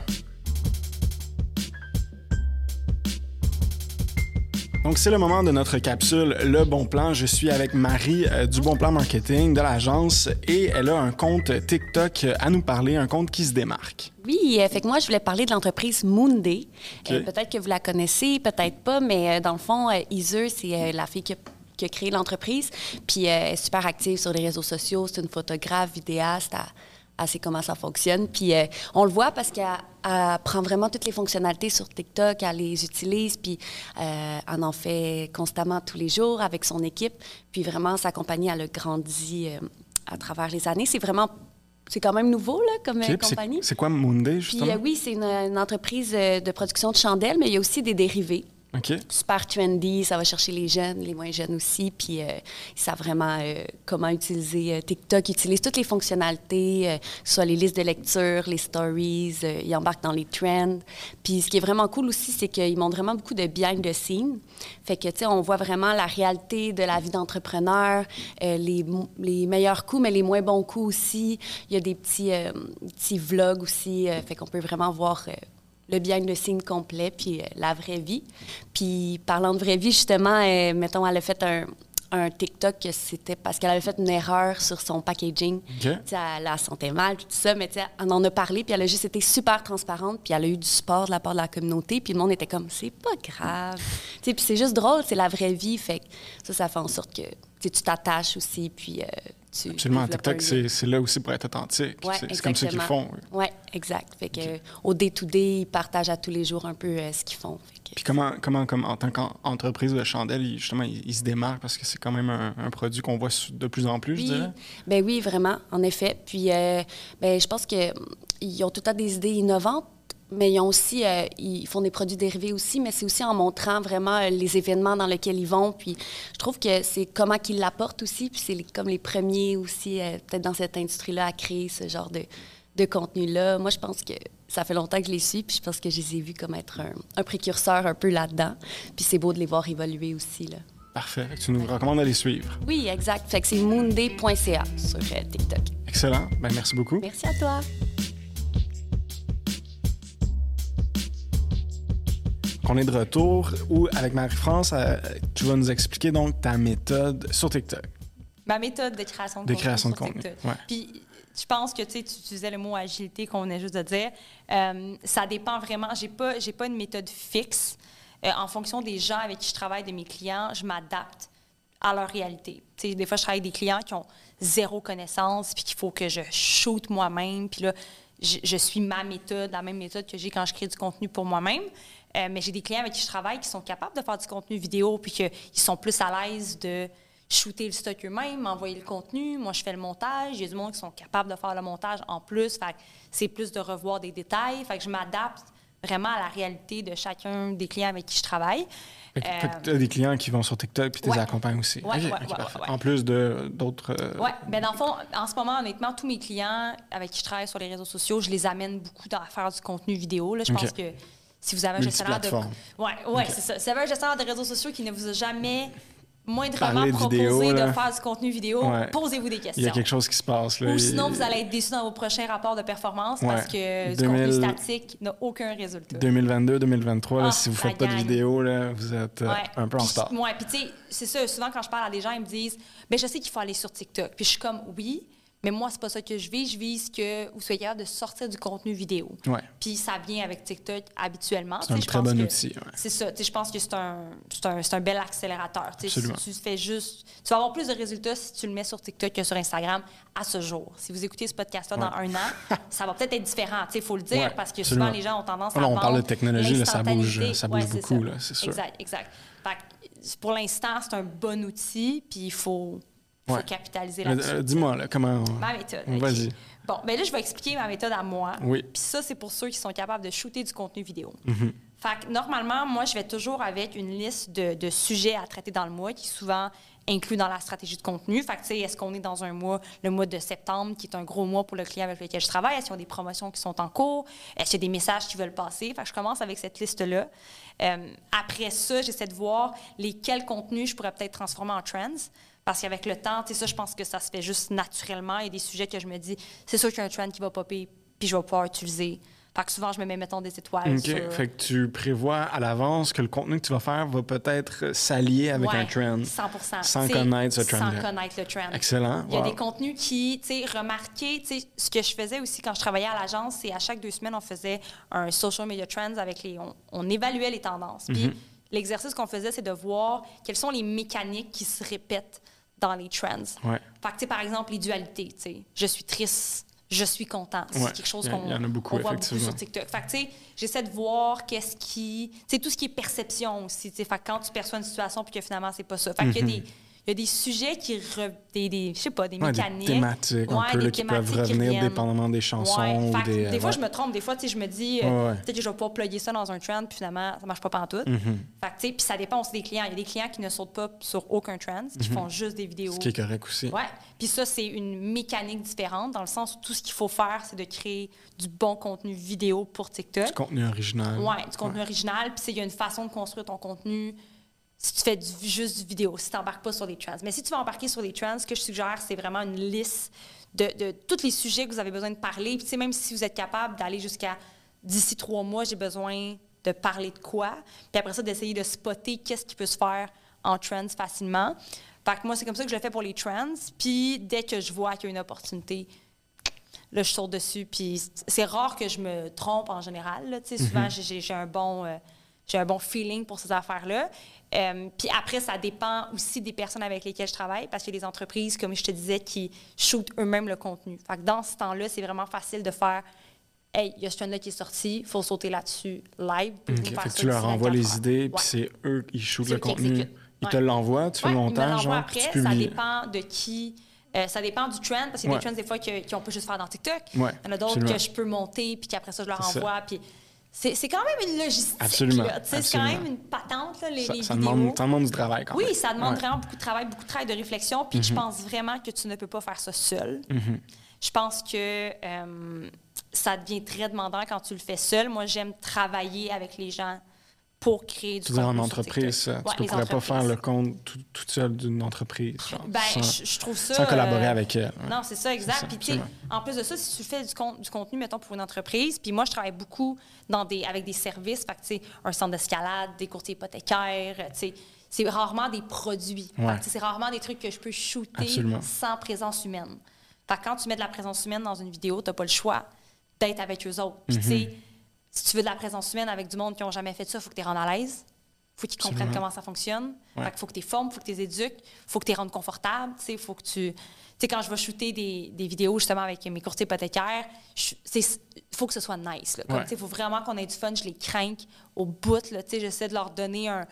Donc, c'est le moment de notre capsule Le Bon Plan. Je suis avec Marie euh, du Bon Plan Marketing de l'agence et elle a un compte TikTok à nous parler, un compte qui se démarque. Oui, euh, fait que moi, je voulais parler de l'entreprise Moonday. Okay. Euh, peut-être que vous la connaissez, peut-être pas, mais euh, dans le fond, euh, Heather, c'est euh, la fille qui a, qui a créé l'entreprise. Puis euh, elle est super active sur les réseaux sociaux. C'est une photographe, vidéaste. Elle, elle sait comment ça fonctionne. Puis euh, on le voit parce qu'elle elle prend vraiment toutes les fonctionnalités sur TikTok, elle les utilise, puis euh, elle en fait constamment tous les jours avec son équipe. Puis vraiment, sa compagnie, elle a grandi euh, à travers les années. C'est vraiment... C'est quand même nouveau, là, comme okay, compagnie. C'est quoi Moonday, justement? Puis, euh, oui, c'est une, une entreprise de production de chandelles, mais il y a aussi des dérivés. Okay. Super trendy, ça va chercher les jeunes, les moins jeunes aussi, puis euh, ils savent vraiment euh, comment utiliser euh, TikTok. Ils utilisent toutes les fonctionnalités, euh, soit les listes de lecture, les stories, euh, ils embarquent dans les trends. Puis ce qui est vraiment cool aussi, c'est qu'ils montrent vraiment beaucoup de behind the scenes. Fait que, tu sais, on voit vraiment la réalité de la vie d'entrepreneur, euh, les, les meilleurs coups, mais les moins bons coups aussi. Il y a des petits, euh, petits vlogs aussi, euh, fait qu'on peut vraiment voir... Euh, le behind the scene complet, puis euh, la vraie vie. Puis, parlant de vraie vie, justement, euh, mettons, elle a fait un, un TikTok que c'était parce qu'elle avait fait une erreur sur son packaging. Okay. Elle, elle la sentait mal, tout ça, mais on en a parlé, puis elle a juste été super transparente, puis elle a eu du support de la part de la communauté, puis le monde était comme, c'est pas grave. Puis c'est juste drôle, c'est la vraie vie, fait que ça, ça fait en sorte que tu t'attaches aussi, puis... Euh, Tu Absolument. TikTok, c'est là aussi pour être authentique. Ouais, c'est comme ça qu'ils font. Oui, ouais, exact. Fait que, okay. Au day-to-day, ils partagent à tous les jours un peu euh, ce qu'ils font. Fait que, puis comment, comment comme, en tant qu'entreprise de chandelles, ils, justement, ils, ils se démarquent parce que c'est quand même un, un produit qu'on voit de plus en plus, oui. je dirais? Ben oui, vraiment, en effet. Puis euh, ben, je pense qu'ils ont tout le temps des idées innovantes. Mais ils ont aussi, euh, ils font des produits dérivés aussi, mais c'est aussi en montrant vraiment euh, les événements dans lesquels ils vont. Puis je trouve que c'est comment qu'ils l'apportent aussi. Puis c'est les, comme les premiers aussi, euh, peut-être dans cette industrie-là, à créer ce genre de, de contenu-là. Moi, je pense que ça fait longtemps que je les suis, puis je pense que je les ai vus comme être un, un précurseur un peu là-dedans. Puis c'est beau de les voir évoluer aussi, là. Parfait. Tu nous recommandes de les suivre. Oui, exact. Fait que c'est moonday point c a sur euh, TikTok. Excellent. Ben merci beaucoup. Merci à toi. On est de retour où, avec Marie-France, euh, tu vas nous expliquer donc ta méthode sur TikTok. Ma méthode de création de, de contenu création sur de contenu. TikTok. Ouais. Puis, je pense que tu utilisais le mot agilité qu'on venait juste de dire. Euh, ça dépend vraiment. J'ai pas, j'ai pas une méthode fixe. Euh, en fonction des gens avec qui je travaille, de mes clients, je m'adapte à leur réalité. T'sais, des fois, je travaille avec des clients qui ont zéro connaissance, puis qu'il faut que je shoot moi-même. Puis là, je, je suis ma méthode, la même méthode que j'ai quand je crée du contenu pour moi-même. Euh, mais j'ai des clients avec qui je travaille qui sont capables de faire du contenu vidéo, puis qu'ils sont plus à l'aise de shooter le stock eux-mêmes, m'envoyer le contenu. Moi, je fais le montage. Il y a du monde qui sont capables de faire le montage en plus. Fait que c'est plus de revoir des détails. Fait que je m'adapte vraiment à la réalité de chacun des clients avec qui je travaille. Fait que, euh, fait que tu as des clients qui vont sur TikTok puis tu ouais. les accompagnes aussi. Oui, okay, ouais, okay, ouais, parfait. ouais, ouais. En plus de, d'autres... Euh... Oui. Bien, dans le fond, en ce moment, honnêtement, tous mes clients avec qui je travaille sur les réseaux sociaux, je les amène beaucoup à faire du contenu vidéo. Là. Je okay. pense que si vous avez un gestionnaire de... Oui, ouais, okay. c'est ça. Si vous avez un gestionnaire de réseaux sociaux qui ne vous a jamais... moindrement de proposé vidéo, de faire du contenu vidéo, ouais. posez-vous des questions. Il y a quelque chose qui se passe. Là. Ou sinon, vous allez être déçus dans vos prochains rapports de performance ouais. parce que deux mille... du contenu statique n'a aucun résultat. deux mille vingt-deux deux mille vingt-trois, ah, là, si vous ne faites pas de vidéo, là, vous êtes ouais. un peu en retard. Oui, puis tu sais, c'est ça. Souvent, quand je parle à des gens, ils me disent « Bien, je sais qu'il faut aller sur TikTok. » Puis je suis comme « Oui, mais moi, c'est pas ça que je vise. Je vise que vous soyez capable de sortir du contenu vidéo. Ouais. » Puis ça vient avec TikTok habituellement. C'est un très bon outil. Ouais. C'est ça. Je pense que c'est un, c'est un, c'est un bel accélérateur. Absolument. Si tu fais juste... Tu vas avoir plus de résultats si tu le mets sur TikTok que sur Instagram à ce jour. Si vous écoutez ce podcast-là ouais. dans un an, ça va peut-être être différent. Il faut le dire ouais, parce que absolument. souvent, les gens ont tendance à Alors, vendre on parle de technologie, là, ça bouge, ça bouge ouais, beaucoup, ça. là, c'est sûr. Exact, exact. Fait que, pour l'instant, c'est un bon outil, puis il faut... Il faut ouais. capitaliser là-dessus. Euh, dis-moi, là, comment... On... Ma méthode. Okay. Vas-y. Bon, bien là, je vais expliquer ma méthode à moi. Oui. Puis ça, c'est pour ceux qui sont capables de shooter du contenu vidéo. Mm-hmm. Fait que normalement, moi, je vais toujours avec une liste de, de sujets à traiter dans le mois qui est souvent inclus dans la stratégie de contenu. Fait que, tu sais, est-ce qu'on est dans un mois, le mois de septembre, qui est un gros mois pour le client avec lequel je travaille? Est-ce qu'il y a des promotions qui sont en cours? Est-ce qu'il y a des messages qui veulent passer? Fait que je commence avec cette liste-là. Euh, après ça, j'essaie de voir lesquels contenus je pourrais peut-être transformer en trends. Parce qu'avec le temps, tu sais, ça, je pense que ça se fait juste naturellement. Il y a des sujets que je me dis, c'est sûr qu'il y a un trend qui va popper, puis je vais pouvoir utiliser. Fait que souvent, je me mets, mettons, des étoiles. OK. Sur... Fait que tu prévois à l'avance que le contenu que tu vas faire va peut-être s'allier avec ouais, un trend. cent pour cent. Sans t'sais, connaître ce trend. Sans connaître le trend. Excellent. Il y a wow. des contenus qui, tu sais, remarquez, tu sais, ce que je faisais aussi quand je travaillais à l'agence, c'est à chaque deux semaines, on faisait un social media trends avec les. On, on évaluait les tendances. Puis mm-hmm. l'exercice qu'on faisait, c'est de voir quelles sont les mécaniques qui se répètent dans les trends. Ouais. Fait que, tu sais, par exemple, les dualités, tu sais, je suis triste, je suis content. C'est ouais. quelque chose y qu'on y en a beaucoup, on voit beaucoup sur TikTok. Fait que, tu sais, j'essaie de voir qu'est-ce qui... Tu sais, tout ce qui est perception aussi, tu sais, fait que quand tu perçois une situation puis que finalement, c'est pas ça. Fait mm-hmm. qu'il y a des... Il y a des sujets qui... Re... Des, des, je sais pas, des ouais, mécaniques. Des thématiques, ouais, un peu, des là, qui peuvent revenir dépendamment des chansons. Ouais. Ou des, des, des fois, ouais. je me trompe. Des fois, tu sais, je me dis, ouais, euh, ouais. peut-être que je vais pouvoir plugger ça dans un trend, puis finalement, ça marche pas pantoute. Mm-hmm. Fait que, tu sais, puis ça dépend aussi des clients. Il y a des clients qui ne sautent pas sur aucun trend, qui mm-hmm. font juste des vidéos. Ce qui est correct aussi. Ouais. Puis ça, c'est une mécanique différente, dans le sens où tout ce qu'il faut faire, c'est de créer du bon contenu vidéo pour TikTok. Du contenu original. Ouais, du contenu ouais. original. Puis il y a une façon de construire ton contenu si tu fais du, juste du vidéo, si tu n'embarques pas sur des trends. Mais si tu vas embarquer sur des trends, ce que je suggère, c'est vraiment une liste de, de tous les sujets que vous avez besoin de parler. Puis même si vous êtes capable d'aller jusqu'à d'ici trois mois, j'ai besoin de parler de quoi. Puis après ça, d'essayer de spotter qu'est-ce qui peut se faire en trends facilement. Fait que moi, c'est comme ça que je le fais pour les trends. Puis dès que je vois qu'il y a une opportunité, là, je saute dessus. Puis c'est rare que je me trompe en général. Là. Mm-hmm. Souvent, j'ai, j'ai un bon... Euh, J'ai un bon feeling pour ces affaires-là. Euh, puis après, ça dépend aussi des personnes avec lesquelles je travaille, parce qu'il y a des entreprises, comme je te disais, qui shootent eux-mêmes le contenu. Fait que dans ce temps-là, c'est vraiment facile de faire « Hey, il y a ce trend-là qui est sorti, il faut sauter là-dessus live. » okay. Fait que tu leur envoies les idées, puis ouais. c'est eux qui shootent le contenu. Ils ouais. te l'envoient, tu ouais, fais le montage, genre, après, tu publies. Ça dépend de qui... Euh, ça dépend du trend, parce qu'il y a ouais. des trends, des fois, que, qu'on peut juste faire dans TikTok. Ouais, il y en a d'autres absolument. Que je peux monter, puis qu'après ça, je leur c'est envoie, puis... C'est, c'est quand même une logistique. Absolument. Là. C'est quand même une patente, là, les, ça, les ça vidéos. Demande, ça demande du travail quand oui, même. Oui, ça demande ouais. vraiment beaucoup de travail, beaucoup de travail de réflexion. Puis mm-hmm. je pense vraiment que tu ne peux pas faire ça seul. Mm-hmm. Je pense que euh, ça devient très demandant quand tu le fais seul. Moi, j'aime travailler avec les gens pour créer du tu contenu. Tu veux en entreprise, ça? Ouais, tu ne pourrais pas faire le compte tout, toute seule d'une entreprise, genre, ben, sans, je, je trouve ça... sans collaborer euh, avec elle. Ouais. Non, c'est ça, exact. Puis, tu sais, en plus de ça, si tu fais du, con, du contenu, mettons, pour une entreprise, puis moi, je travaille beaucoup dans des, avec des services, fait que, tu sais, un centre d'escalade, des courtiers hypothécaires, tu sais, c'est rarement des produits. Ouais. Fait que, c'est rarement des trucs que je peux shooter Absolument. Sans présence humaine. Fait que quand tu mets de la présence humaine dans une vidéo, tu n'as pas le choix d'être avec eux autres. Puis, mm-hmm. tu sais, si tu veux de la présence humaine avec du monde qui n'ont jamais fait ça, il faut que tu les rendes à l'aise. Il faut qu'ils comprennent Absolument. Comment ça fonctionne. Ouais. Fait qu'il faut que tu les formes, il faut que tu les éduques, il faut que tu les rendes confortables. Il faut que tu... Tu sais, quand je vais shooter des, des vidéos, justement, avec mes courtiers hypothécaires, il faut que ce soit nice. Il ouais. faut vraiment qu'on ait du fun. Je les crains au bout. J'essaie de leur donner un...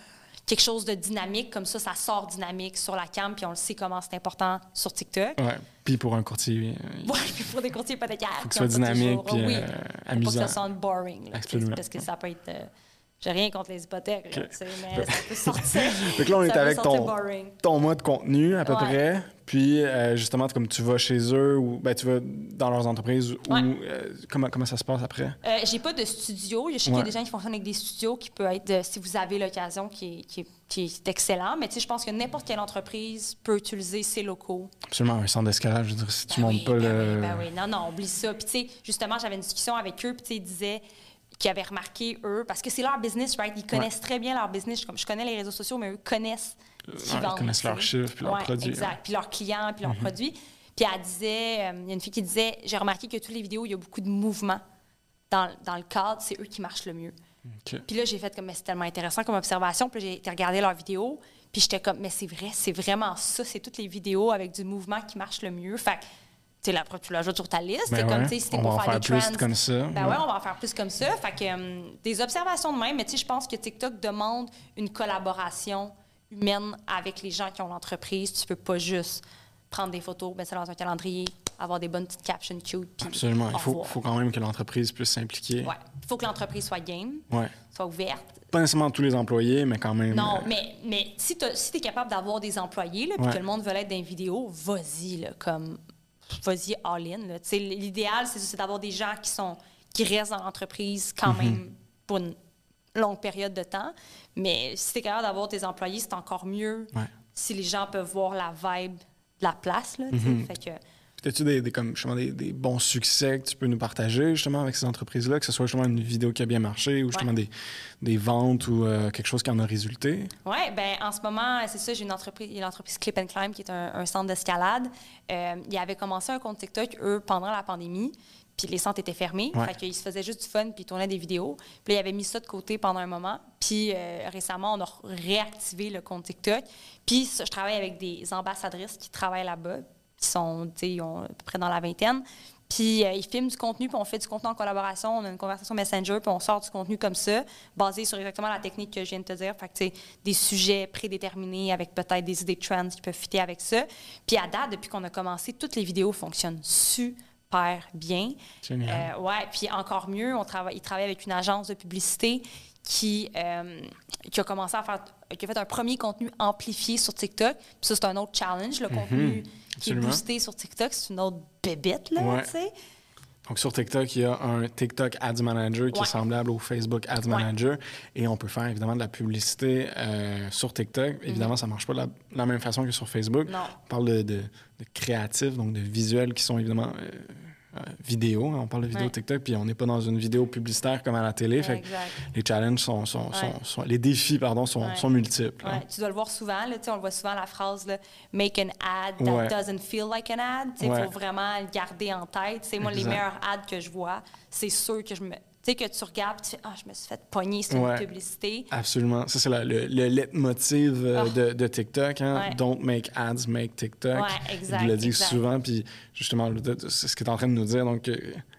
quelque chose de dynamique, comme ça, ça sort dynamique sur la cam, puis on le sait comment c'est important sur TikTok. Ouais. Puis pour un courtier. Euh, oui, puis pour des courtiers hypothécaires. Il faut que ce soit dynamique puis oui, euh, amusant. Faut pas que ça sonne boring. Là, Absolument. Parce que ça peut être... Euh, j'ai rien contre les hypothèques, Okay. là, tu sais, mais ça peut sortir. Donc là, on est ça avec peut ton, boring. ton mois de contenu, à peu Ouais. près. Puis, euh, justement, comme tu vas chez eux ou ben, tu vas dans leurs entreprises, Ouais. ou euh, comment, comment ça se passe après? Euh, j'ai pas de studio. Je sais qu'il y Ouais. a des gens qui fonctionnent avec des studios qui peut être, euh, si vous avez l'occasion, qui est, qui, est, qui est excellent. Mais tu sais, je pense que n'importe quelle entreprise peut utiliser ses locaux. Absolument, un centre d'escalade, je veux dire, si tu Ben montes oui, pas ben le... oui, ben oui. Non, non, oublie ça. Puis tu sais, justement, j'avais une discussion avec eux, puis tu sais, ils disaient qu'ils avaient remarqué, eux, parce que c'est leur business, right? Ils connaissent Ouais. très bien leur business. Comme je connais les réseaux sociaux, mais eux connaissent ce qu'ils Ouais, ils vendent. connaissent tu sais. leurs chiffres puis leurs Ouais, produits. exact. Ouais. Puis leurs clients, puis leurs Mm-hmm. produits. Puis elle disait, euh, il y a une fille qui disait, j'ai remarqué que toutes les vidéos, il y a beaucoup de mouvements dans, dans le cadre, c'est eux qui marchent le mieux. OK. Puis là, j'ai fait comme, mais c'est tellement intéressant comme observation. Puis j'ai été regarder leurs vidéos. Puis j'étais comme, mais c'est vrai, c'est vraiment ça. C'est toutes les vidéos avec du mouvement qui marche le mieux. Fait que, tu sais, là, après, tu l'ajoutes sur ta liste. Ben c'est comme, ouais, tu sais, si t'es on pour va en faire faire des plus trends. comme ça. Ben Ouais. ouais, on va en faire plus comme ça. Fait que, euh, des observations de même. Mais tu sais, je pense que TikTok demande une collaboration humaine avec les gens qui ont l'entreprise. Tu peux pas juste prendre des photos, mettre ça dans un calendrier, avoir des bonnes petites captions cute. Puis Absolument. au Il faut, revoir. faut quand même que l'entreprise puisse s'impliquer. Ouais. Il faut que l'entreprise soit game, Ouais. soit ouverte. Pas nécessairement tous les employés, mais quand même. Non, euh, mais, mais si tu si es capable d'avoir des employés, là, puis Ouais. que le monde veut être dans une vidéo, vas-y, là, comme, vas-y all-in. là. Tu sais, l'idéal, c'est c'est d'avoir des gens qui, sont, qui restent dans l'entreprise quand Mm-hmm. même pour une longue période de temps. Mais si tu es capable d'avoir tes employés, c'est encore mieux Ouais. si les gens peuvent voir la vibe de la place. Là, tu sais. Mm-hmm. Fait que, As-tu des, des, comme, justement, des, des bons succès que tu peux nous partager justement avec ces entreprises-là, que ce soit justement une vidéo qui a bien marché ou justement Ouais. des, des ventes ou euh, quelque chose qui en a résulté? oui, ben en ce moment, c'est ça, j'ai une entreprise, une entreprise Clip and Climb qui est un, un centre d'escalade. Euh, ils avaient commencé un compte TikTok, eux, pendant la pandémie, puis les centres étaient fermés. Ouais. Fait qu'ils se faisaient juste du fun, puis ils tournaient des vidéos. Puis là, ils avaient mis ça de côté pendant un moment. Puis euh, récemment, on a réactivé le compte TikTok. Puis ça, je travaille avec des ambassadrices qui travaillent là-bas, qui sont, tu sais, ils ont à peu près dans la vingtaine. Puis euh, ils filment du contenu, puis on fait du contenu en collaboration. On a une conversation Messenger, puis on sort du contenu comme ça, basé sur exactement la technique que je viens de te dire. Fait que, tu sais, des sujets prédéterminés avec peut-être des idées de trends qui peuvent fitter avec ça. Puis à date, depuis qu'on a commencé, toutes les vidéos fonctionnent super bien. Génial. Euh, ouais, puis encore mieux, on travaille, ils travaillent avec une agence de publicité qui, euh, qui a commencé à faire, qui a fait un premier contenu amplifié sur TikTok. Puis ça, c'est un autre challenge. Le contenu qui est Absolument. boosté sur TikTok, c'est une autre bébête, là, Ouais. tu sais. Donc, sur TikTok, il y a un TikTok Ads Manager qui Ouais. est semblable au Facebook Ads Ouais. Manager. Et on peut faire évidemment de la publicité euh, sur TikTok. Évidemment, ça ne marche pas de la, de la même façon que sur Facebook. Non. On parle de, de, de créatifs, donc de visuels qui sont évidemment euh, euh, vidéo. On parle de vidéo Ouais. TikTok, puis on n'est pas dans une vidéo publicitaire comme à la télé. Fait que Exact. les challenges sont, sont, Ouais. sont, sont- les défis pardon, sont, Ouais. sont multiples. hein. Ouais, tu dois le voir souvent. Là, tu sais, on le voit souvent, la phrase là, « make an ad that Ouais. doesn't feel like an ad ». Il Ouais. faut vraiment le garder en tête. Tu sais, moi, les Exact. meilleurs ads que je vois, c'est sûr que je me... Tu sais, que tu regardes tu fais « Ah, je me suis fait pogner sur Ouais. une publicité ». Absolument. Ça, c'est la- le, le leitmotiv euh, Ah. de, de TikTok. Hein? Ouais. Don't make ads, make TikTok. Ouais, exact, Il le dit exact. souvent. Puis justement, le- c'est ce qu'il est en train de nous dire. Donc, euh,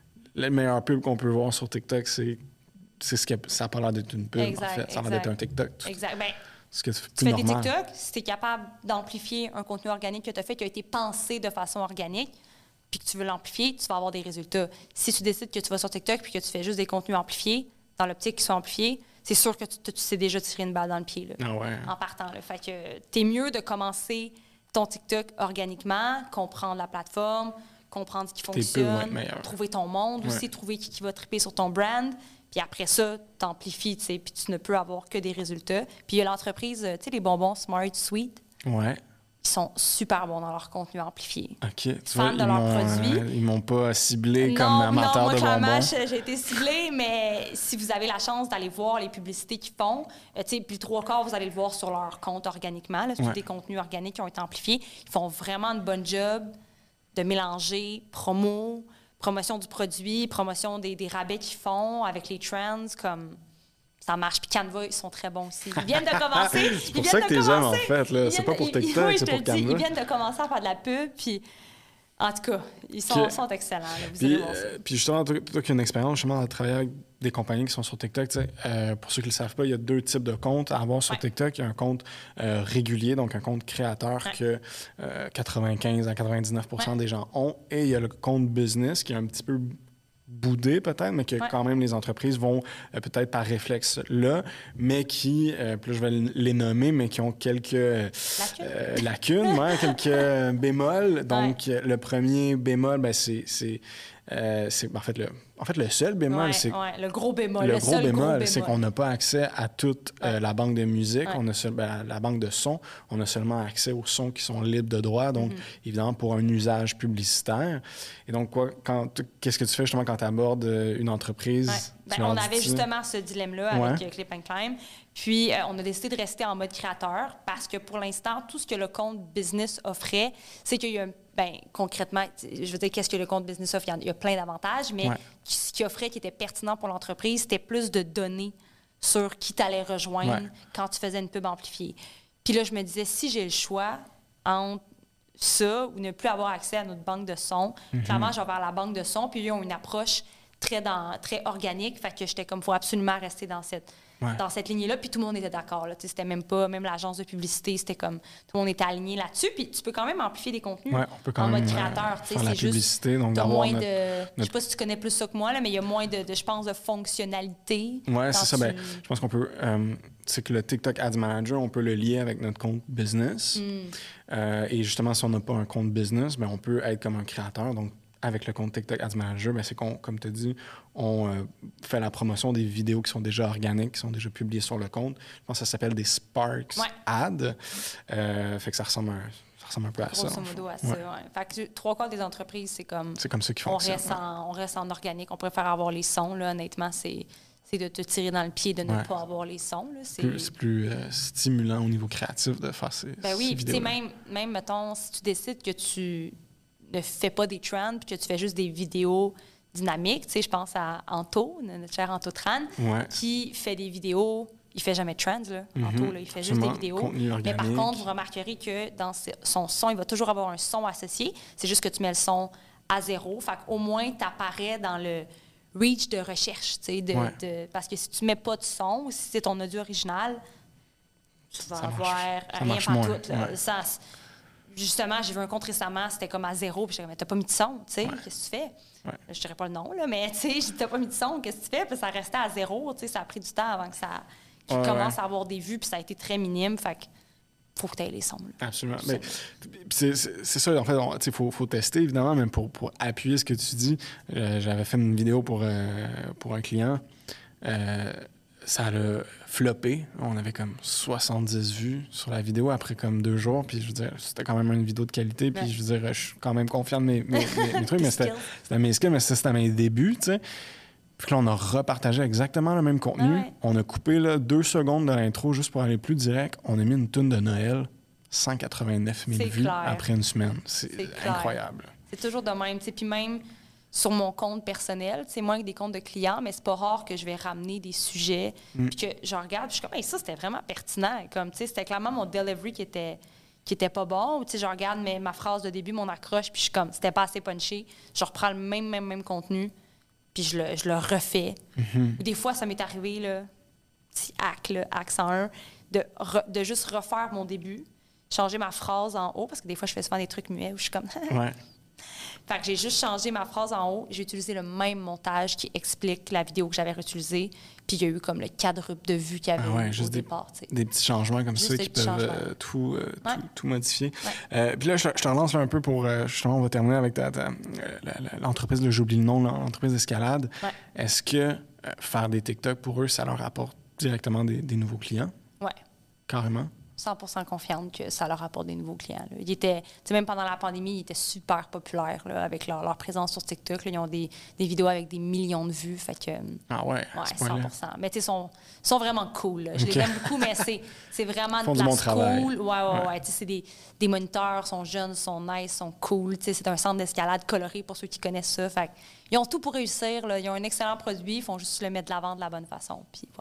le meilleur pub qu'on peut voir sur TikTok, c'est c'est ce que ça n'a pas l'air d'être une pub, Exact, en fait. Ça a l'air exact. d'être un TikTok. Exact. Ben, Ce que c'est tu plus fais normal. des TikTok, si tu es capable d'amplifier un contenu organique que tu as fait, qui a été pensé de façon organique, puis que tu veux l'amplifier, tu vas avoir des résultats. Si tu décides que tu vas sur TikTok puis que tu fais juste des contenus amplifiés, dans l'optique qu'ils soient amplifiés, c'est sûr que tu, tu sais déjà tirer une balle dans le pied là, Ah ouais. en partant. Là. Fait que t'es mieux de commencer ton TikTok organiquement, comprendre la plateforme, comprendre ce qui pubs vont être fonctionne, meilleures. trouver ton monde Ouais. aussi, trouver qui, qui va triper sur ton brand. Puis après ça, t'amplifies, tu sais, puis tu ne peux avoir que des résultats. Puis il y a l'entreprise, euh, tu sais, les bonbons Smart Sweet, Ouais. ils sont super bons dans leur contenu amplifié. OK. Tu Fan vois, de ils leurs m'ont, produits. euh, ils m'ont pas ciblé non, comme amateur non, moi, de clairement, bonbons. j'ai j'ai été ciblée, mais si vous avez la chance d'aller voir les publicités qu'ils font, euh, tu sais, puis le trois quarts, vous allez le voir sur leur compte organiquement. là, C'est Ouais. tous des contenus organiques qui ont été amplifiés. Ils font vraiment une bonne job de mélanger promo, promotion du produit, promotion des, des rabais qu'ils font avec les trends, comme... Ça marche. Puis Canva, ils sont très bons aussi. Ils viennent de commencer. C'est ils pour viennent ça que de t'es aimes, en commencer. fait, là. Ils C'est viennent pas de- pour ils- TikTok, oui, c'est je te pour le dis, Canva. Ils viennent de commencer à faire de la pub, puis En tout cas, ils sont, que, sont excellents. Là, vous puis, allez voir ça. euh, puis justement, toi, toi qui as une expérience justement à travailler avec des compagnies qui sont sur TikTok, tu sais, euh, pour ceux qui ne le savent pas, il y a deux types de comptes à avoir sur Ouais. TikTok. Il y a un compte euh, régulier, donc un compte créateur Ouais. que euh, quatre-vingt-quinze à quatre-vingt-dix-neuf pour cent Ouais. des gens ont. Et il y a le compte business qui est un petit peu boudé peut-être, mais que Ouais. quand même les entreprises vont euh, peut-être par réflexe là, mais qui, euh, puis là je vais les nommer, mais qui ont quelques euh, Lacunes. euh, lacunes, ouais, quelques bémols. Donc Ouais. le premier bémol, ben, c'est, c'est, euh, c'est en fait le, en fait le seul bémol, Ouais, c'est ouais, le gros bémol. le, Le, gros seul bémol, gros bémol. c'est qu'on n'a pas accès à toute euh, Ouais. la banque de musique, Ouais. on a seul, ben, la banque de son, on a seulement accès aux sons qui sont libres de droit, donc Mm-hmm. évidemment pour un usage publicitaire. Et donc, quoi, quand, qu'est-ce que tu fais justement quand tu abordes une entreprise? Ouais. Tu Ben, leur on dis-tu? avait justement ce dilemme-là Ouais. avec euh, Clip and Climb. Puis, euh, on a décidé de rester en mode créateur parce que pour l'instant, tout ce que le compte business offrait, c'est qu'il y a, ben, concrètement, je veux dire, qu'est-ce que le compte business offre? Il y, en- il y a plein d'avantages, mais Ouais. ce qu'il offrait qui était pertinent pour l'entreprise, c'était plus de données sur qui t'allais rejoindre Ouais. quand tu faisais une pub amplifiée. Puis là, je me disais, si j'ai le choix entre ça ou ne plus avoir accès à notre banque de son, Mhm. clairement, je vais vers la banque de son, puis ils ont une approche très, dans, très organique, fait que j'étais comme, il faut absolument rester dans cette, Ouais. dans cette lignée-là, puis tout le monde était d'accord, là, tu sais, c'était même pas, même l'agence de publicité, c'était comme, tout le monde était aligné là-dessus, puis tu peux quand même amplifier des contenus Ouais, on peut quand en même mode euh, créateur, tu sais, faire la c'est juste, publicité, donc t'as d'avoir moins notre- de, je sais notre- pas si tu connais plus ça que moi, là, mais il y a moins de, de, je pense, de fonctionnalités. Ouais, quand c'est ça. tu- Ben, je pense qu'on peut. euh, c'est que le TikTok Ads Manager, on peut le lier avec notre compte business. Mm. Euh, et justement, si on n'a pas un compte business, ben, on peut être comme un créateur. Donc, avec le compte TikTok Ads Manager, ben, c'est qu'on, comme tu as dit, on euh, fait la promotion des vidéos qui sont déjà organiques, qui sont déjà publiées sur le compte. Je pense que ça s'appelle des Sparks Ouais. Ads. Euh, fait que ça ressemble, un, ça ressemble un peu à ça. Grosso dans le fond. modo à ça, Ouais. ouais. Fait que tu- trois quarts des entreprises, c'est comme... C'est comme ça qu'ils on fonctionnent. reste, en, on reste en organique. On préfère avoir les sons, là, honnêtement. C'est, c'est de te tirer dans le pied de ne Ouais. pas avoir les sons. Là. C'est... Plus- C'est plus euh, stimulant au niveau créatif de faire ces, Ben ces oui, puis tu sais, vidéos. même, même, mettons, si tu décides que tu ne fais pas des trends puis que tu fais juste des vidéos dynamiques, tu sais, je pense à Anto, notre cher Anto Tran, Ouais. qui fait des vidéos... Il fait jamais de trends, là, Anto, Mhm. là, il fait juste Absolument. des vidéos. Contenu Mais organique. par contre, vous remarquerez que dans ses- son son, il va toujours avoir un son associé. C'est juste que tu mets le son à zéro. Fait qu'au moins, tu apparais dans le reach de recherche, tu sais, de, Ouais. de- parce que si tu mets pas de son ou si c'est ton audio original, tu vas Ça marche- avoir ça rien marche pantoute, moins, là. ouais. Ça, c'est- justement, j'ai vu un compte récemment, c'était comme à zéro, puis j'étais comme, mais t'as pas mis de son, tu sais, qu'est-ce que tu fais? Ouais. Je dirais pas le nom, là, mais tu sais, j'ai dit, t'as pas mis de son, qu'est-ce que tu fais? Puis ça restait à zéro, tu sais, ça a pris du temps avant que ça qu'il Ouais, commence ouais. à avoir des vues, puis ça a été très minime, fait que faut que t'aies les sons, là. Absolument. Tout Mais, puis c'est, c'est, c'est ça, en fait, il faut, faut tester, évidemment, même pour, pour appuyer ce que tu dis. Euh, j'avais fait une vidéo pour, euh, pour un client. Euh, ça a floppé. On avait comme soixante-dix vues sur la vidéo après comme deux jours. Puis je veux dire, c'était quand même une vidéo de qualité. Puis Ouais. je veux dire, je suis quand même confiant de mes, mes, mes- mes trucs. Tes mais c'était, skills. c'était mes skills, mais ça, c'était à mes débuts, tu sais. Puis là, on a repartagé exactement le même contenu. Ah ouais. On a coupé là, deux secondes de l'intro juste pour aller plus direct. On a mis une toune de Noël, cent quatre-vingt-neuf mille C'est vues clair. après une semaine. C'est, C'est clair. incroyable. C'est toujours de même, tu sais, puis même sur mon compte personnel, tu sais, moi avec des comptes de clients, mais c'est pas rare que je vais ramener des sujets, Mm. puis que je regarde, puis je suis comme, hey, ça, c'était vraiment pertinent, comme, tu sais, c'était clairement mon delivery qui était qui était pas bon, ou tu sais, je regarde mes- ma phrase de début, mon accroche, puis je suis comme, c'était pas assez punché, je reprends le même, même, même contenu, puis je le, je le refais. Mm-hmm. Ou des fois, ça m'est arrivé, là, petit hack, là, hack cent un, de, re- de juste refaire mon début, changer ma phrase en haut, parce que des fois, je fais souvent des trucs muets où je suis comme... Ouais. Fait que j'ai juste changé ma phrase en haut. J'ai utilisé le même montage qui explique la vidéo que j'avais réutilisée. Puis il y a eu comme le quadruple de vues qu'il y avait Ah ouais, eu au juste des- départ. tu sais. Des petits changements comme Juste ça des qui petits peuvent changements. euh, tout, euh, Ouais. tout, tout modifier. Ouais. Euh, puis là, je, je te relance là un peu pour... euh, justement, on va terminer avec ta, ta- euh, la- la- l'entreprise, là, j'oublie le nom, là, l'entreprise d'escalade. Ouais. Est-ce que euh, faire des TikTok, pour eux, ça leur apporte directement des, des nouveaux clients? Ouais. Carrément? cent pour cent confiante que ça leur apporte des nouveaux clients. Là. Ils étaient, tu sais, même pendant la pandémie, ils étaient super populaires là, avec leur, leur présence sur TikTok. Là. Ils ont des, des vidéos avec des millions de vues. Fait que, Ah ouais, à ouais, ce point-là. cent pour cent. Mais tu sais, ils sont, sont vraiment cool. Là. Je Ok. les aime beaucoup, mais c'est, c'est vraiment Ils font de du la bon travail. cool. Ouais, ouais, Ouais. ouais. Tu sais, c'est des, des moniteurs, sont jeunes, sont nice, sont cool. Tu sais, c'est un centre d'escalade coloré pour ceux qui connaissent ça. Fait que, ils ont tout pour réussir. Là. Ils ont un excellent produit. Ils font juste le mettre de l'avant de la bonne façon. Puis voilà.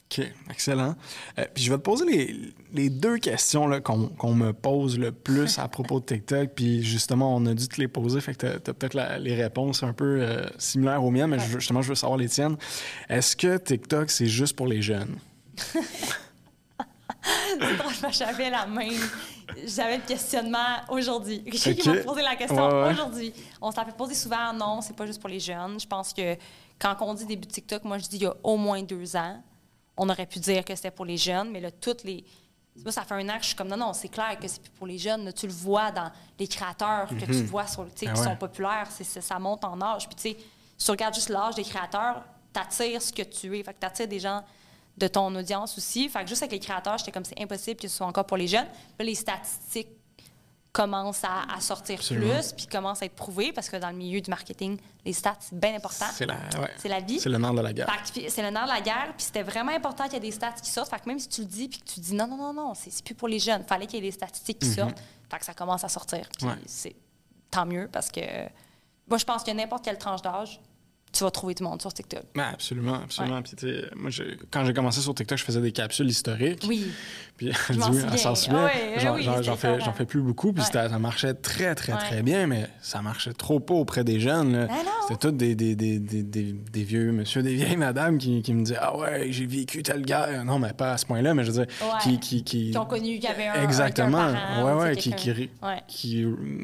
OK, excellent. Euh, puis je vais te poser les, les deux questions là, qu'on, qu'on me pose le plus à propos de TikTok. Puis justement, on a dû te les poser, fait que tu as peut-être la, les réponses un peu euh, similaires aux miennes, mais ouais. je, justement, je veux savoir les tiennes. Est-ce que TikTok, c'est juste pour les jeunes? C'est drôle, j'avais la même. J'avais le questionnement aujourd'hui. Quelqu'un okay. qui m'a posé la question ouais, ouais. aujourd'hui. On se l'a fait poser souvent. Non, c'est pas juste pour les jeunes. Je pense que quand on dit début de TikTok, moi, je dis il y a au moins deux ans. On aurait pu dire que c'était pour les jeunes, mais là, toutes les... Moi, ça fait un an que je suis comme, non, non, c'est clair que c'est plus pour les jeunes. Là, tu le vois dans les créateurs mm-hmm. que tu vois sur, ah qui ouais. sont populaires. C'est, c'est, ça monte en âge. Puis, tu sais, si tu regardes juste l'âge des créateurs, t'attires ce que tu es. Fait que t'attires des gens de ton audience aussi. Fait que juste avec les créateurs, j'étais comme, c'est impossible que ce soit encore pour les jeunes. Puis les statistiques commencent à, à sortir Absolument. plus, puis commencent à être prouvées, parce que dans le milieu du marketing, les stats, c'est bien important. C'est la, ouais. c'est la vie. C'est le nerf de la guerre. Fait que, c'est le nerf de la guerre, puis c'était vraiment important qu'il y ait des stats qui sortent. Fait que même si tu le dis, puis que tu dis non, non, non, non, c'est, c'est plus pour les jeunes, fallait qu'il y ait des statistiques qui mm-hmm. sortent. Fait que ça commence à sortir. Puis ouais. c'est tant mieux, parce que moi, je pense que n'importe quelle tranche d'âge, tu vas trouver du monde sur TikTok. Ouais, absolument, absolument. Ouais. Puis, tu sais, moi, je, quand j'ai commencé sur TikTok, je faisais des capsules historiques. Oui. Puis, je dis oui, elle s'en souvient. Ouais, genre, oui, genre, j'en, fais, j'en fais plus beaucoup. Puis, ouais. ça marchait très, très, ouais. très bien, mais ça marchait trop pas auprès des jeunes. Là. Ben C'était tous des, des, des, des, des, des vieux monsieur, des vieilles madames qui, qui me disaient ah ouais, j'ai vécu telle guerre. Non, mais pas à ce point-là, mais je veux dire, ouais. qui, qui, qui. Qui ont connu qu'il y avait un. Exactement. Un parent, ouais, ouais, qui. qui, ouais. qui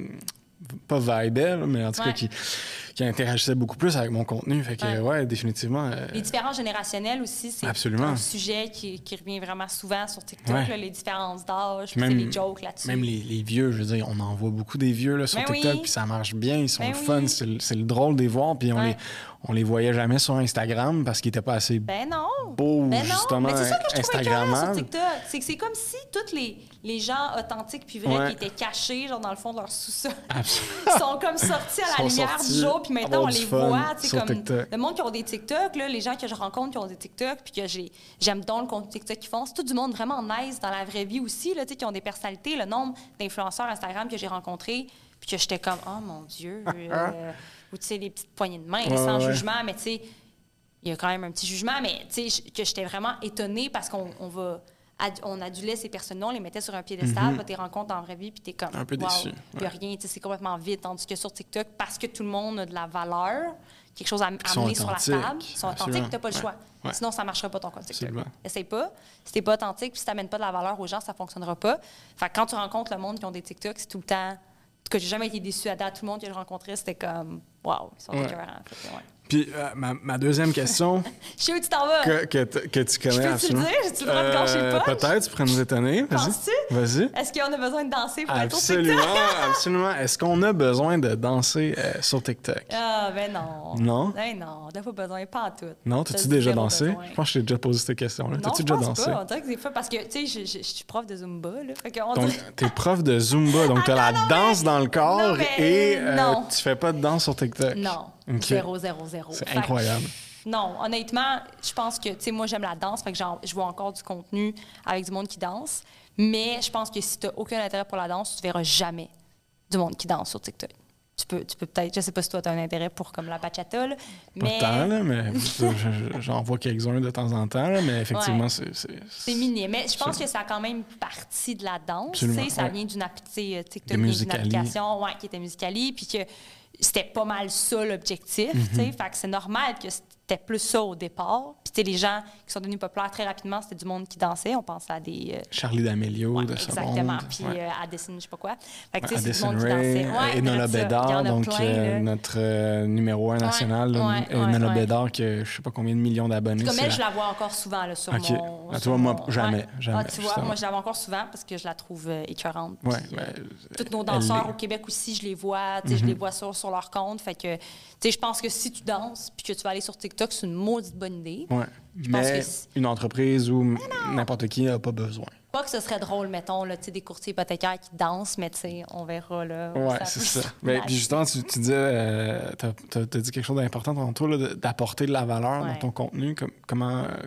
pas vibait, mais en tout ouais. cas, qui. qui interagissait beaucoup plus avec mon contenu. Fait que, ouais, ouais définitivement... Euh... Les différences générationnelles aussi, c'est Absolument. un sujet qui, qui revient vraiment souvent sur TikTok, ouais. là, les différences d'âge, puis même, les jokes là-dessus. Même les, les vieux, je veux dire, on en voit beaucoup des vieux là, sur ben TikTok, oui. puis ça marche bien, ils sont ben le fun, oui. c'est, le, c'est le drôle de les voir, puis on, ouais. les, on les voyait jamais sur Instagram parce qu'ils étaient pas assez ben non. beaux, ben non. justement, Mais c'est ça que je trouve écœurant sur Instagrammables. TikTok. C'est que c'est comme si tous les, les gens authentiques puis vrais ouais. qui étaient cachés, genre dans le fond de leur sous-sol, sont comme sortis à la lumière du jour, puis maintenant on les voit. Comme TikTok. Le monde qui ont des TikTok, là, les gens que je rencontre qui ont des TikTok, puis que j'ai, j'aime donc le contenu TikTok qu'ils font, c'est tout du monde vraiment nice dans la vraie vie aussi, là, qui ont des personnalités. Le nombre d'influenceurs Instagram que j'ai rencontrés, puis que j'étais comme, oh mon Dieu, euh, ou tu sais, les petites poignées de main, ouais, sans ouais. jugement, mais tu sais, il y a quand même un petit jugement, mais tu sais, que j'étais vraiment étonnée parce qu'on on va. Ad, on adulait ces personnes-là, on les mettait sur un piédestal, mm-hmm. tes rencontres dans la vraie vie, puis t'es comme, un peu wow, déçu. Il n'y a rien, c'est complètement vide. Tandis que sur TikTok, parce que tout le monde a de la valeur, quelque chose à amener sur la table, ils sont authentiques, t'as pas le choix. Ouais. Ouais. Sinon, ça ne marchera pas ton compte TikTok. Essaye pas. Si t'es pas authentique, puis si t'amènes pas de la valeur aux gens, ça ne fonctionnera pas. Fait que quand tu rencontres le monde qui ont des TikTok, c'est tout le temps. En tout cas, j'ai jamais été déçue à date. Tout le monde que je rencontrais, c'était comme, waouh, ils sont ouais. écœurants. Ouais. Puis euh, ma, ma deuxième question. Je sais où tu t'en vas. Que, que, que tu connais je absolument. Je peux-tu le dire? J'ai-tu le droit de gâcher le punch? Peut-être, tu pourrais nous étonner. Vas-y. Penses-tu? Vas-y. Est-ce qu'on a besoin de danser pour absolument, être sur TikTok? Absolument. Est-ce qu'on a besoin de danser euh, sur TikTok? Ah, ben non. Non? Ben non, t'as pas besoin, pas en tout. Non, t'as-tu T'as déjà dansé? Besoin. Je pense que je t'ai déjà posé cette question-là. Non, T'as-tu je déjà pense dansé? Pas. On dirait que des fois, parce que, tu sais, je, je, je suis prof de Zumba, là. Fait qu'on donc, dirait... t'es prof de Zumba, donc t'as ah, la non, danse mais... dans le corps non, mais... et euh, tu fais pas de danse sur TikTok? Non. Okay. Zéro, zéro, zéro. C'est fait incroyable. Non, honnêtement, je pense que, tu sais, moi, j'aime la danse, fait que je vois encore du contenu avec du monde qui danse. Mais je pense que si tu n'as aucun intérêt pour la danse, tu verras jamais du monde qui danse sur TikTok. Tu peux, tu peux peut-être, je sais pas si toi, tu as un intérêt pour comme la bachata, là, mais... Pas tant, là, mais j'en vois quelques-uns de temps en temps, là, mais effectivement, ouais. c'est, c'est... C'est minime, mais je pense c'est... que ça a quand même partie de la danse, tu sais, ça ouais. vient d'une, TikTok vient d'une application ouais, qui était Musical.ly, puis que c'était pas mal ça l'objectif, mm-hmm. tu sais, fait que c'est normal que c'était plus ça au départ. Puis, tu sais, les gens qui sont devenus populaires très rapidement, c'était du monde qui dansait. On pense à des... Euh... Charlie D'Amelio, ouais, de ce monde. Exactement. Puis ouais. euh, Addison, je sais pas quoi. Fait que, tu sais, Addison c'est du monde Ray, qui dansait. Ouais, Enola Bédard, donc plein, euh, notre euh, numéro un national. Ouais, ouais, Enola ouais, Bédard, qui a je sais pas combien de millions d'abonnés. Comme elle, je la vois encore souvent là, sur okay. mon... Ah, tu vois, moi, mon... jamais. Ouais. jamais ah, tu vois, moi, je la vois encore souvent parce que je la trouve euh, écœurante. Ouais, puis, ben, euh, tous nos danseurs au Québec aussi, je les vois. Tu sais, mm-hmm. je les vois sur, sur leur compte. Fait que, tu sais, je pense que si tu danses puis que tu vas aller sur TikTok, c'est une maudite bonne idée. Ouais. Je mais une entreprise où n'importe qui n'a pas besoin. Pas que ce serait drôle, mettons, là, des courtiers hypothécaires qui dansent, mais on verra. Là, oui, c'est ça. Mais puis justement, tu, tu disais, euh, tu as dit quelque chose d'important tantôt, là, d'apporter de la valeur ouais. dans ton contenu. Com- comment, euh,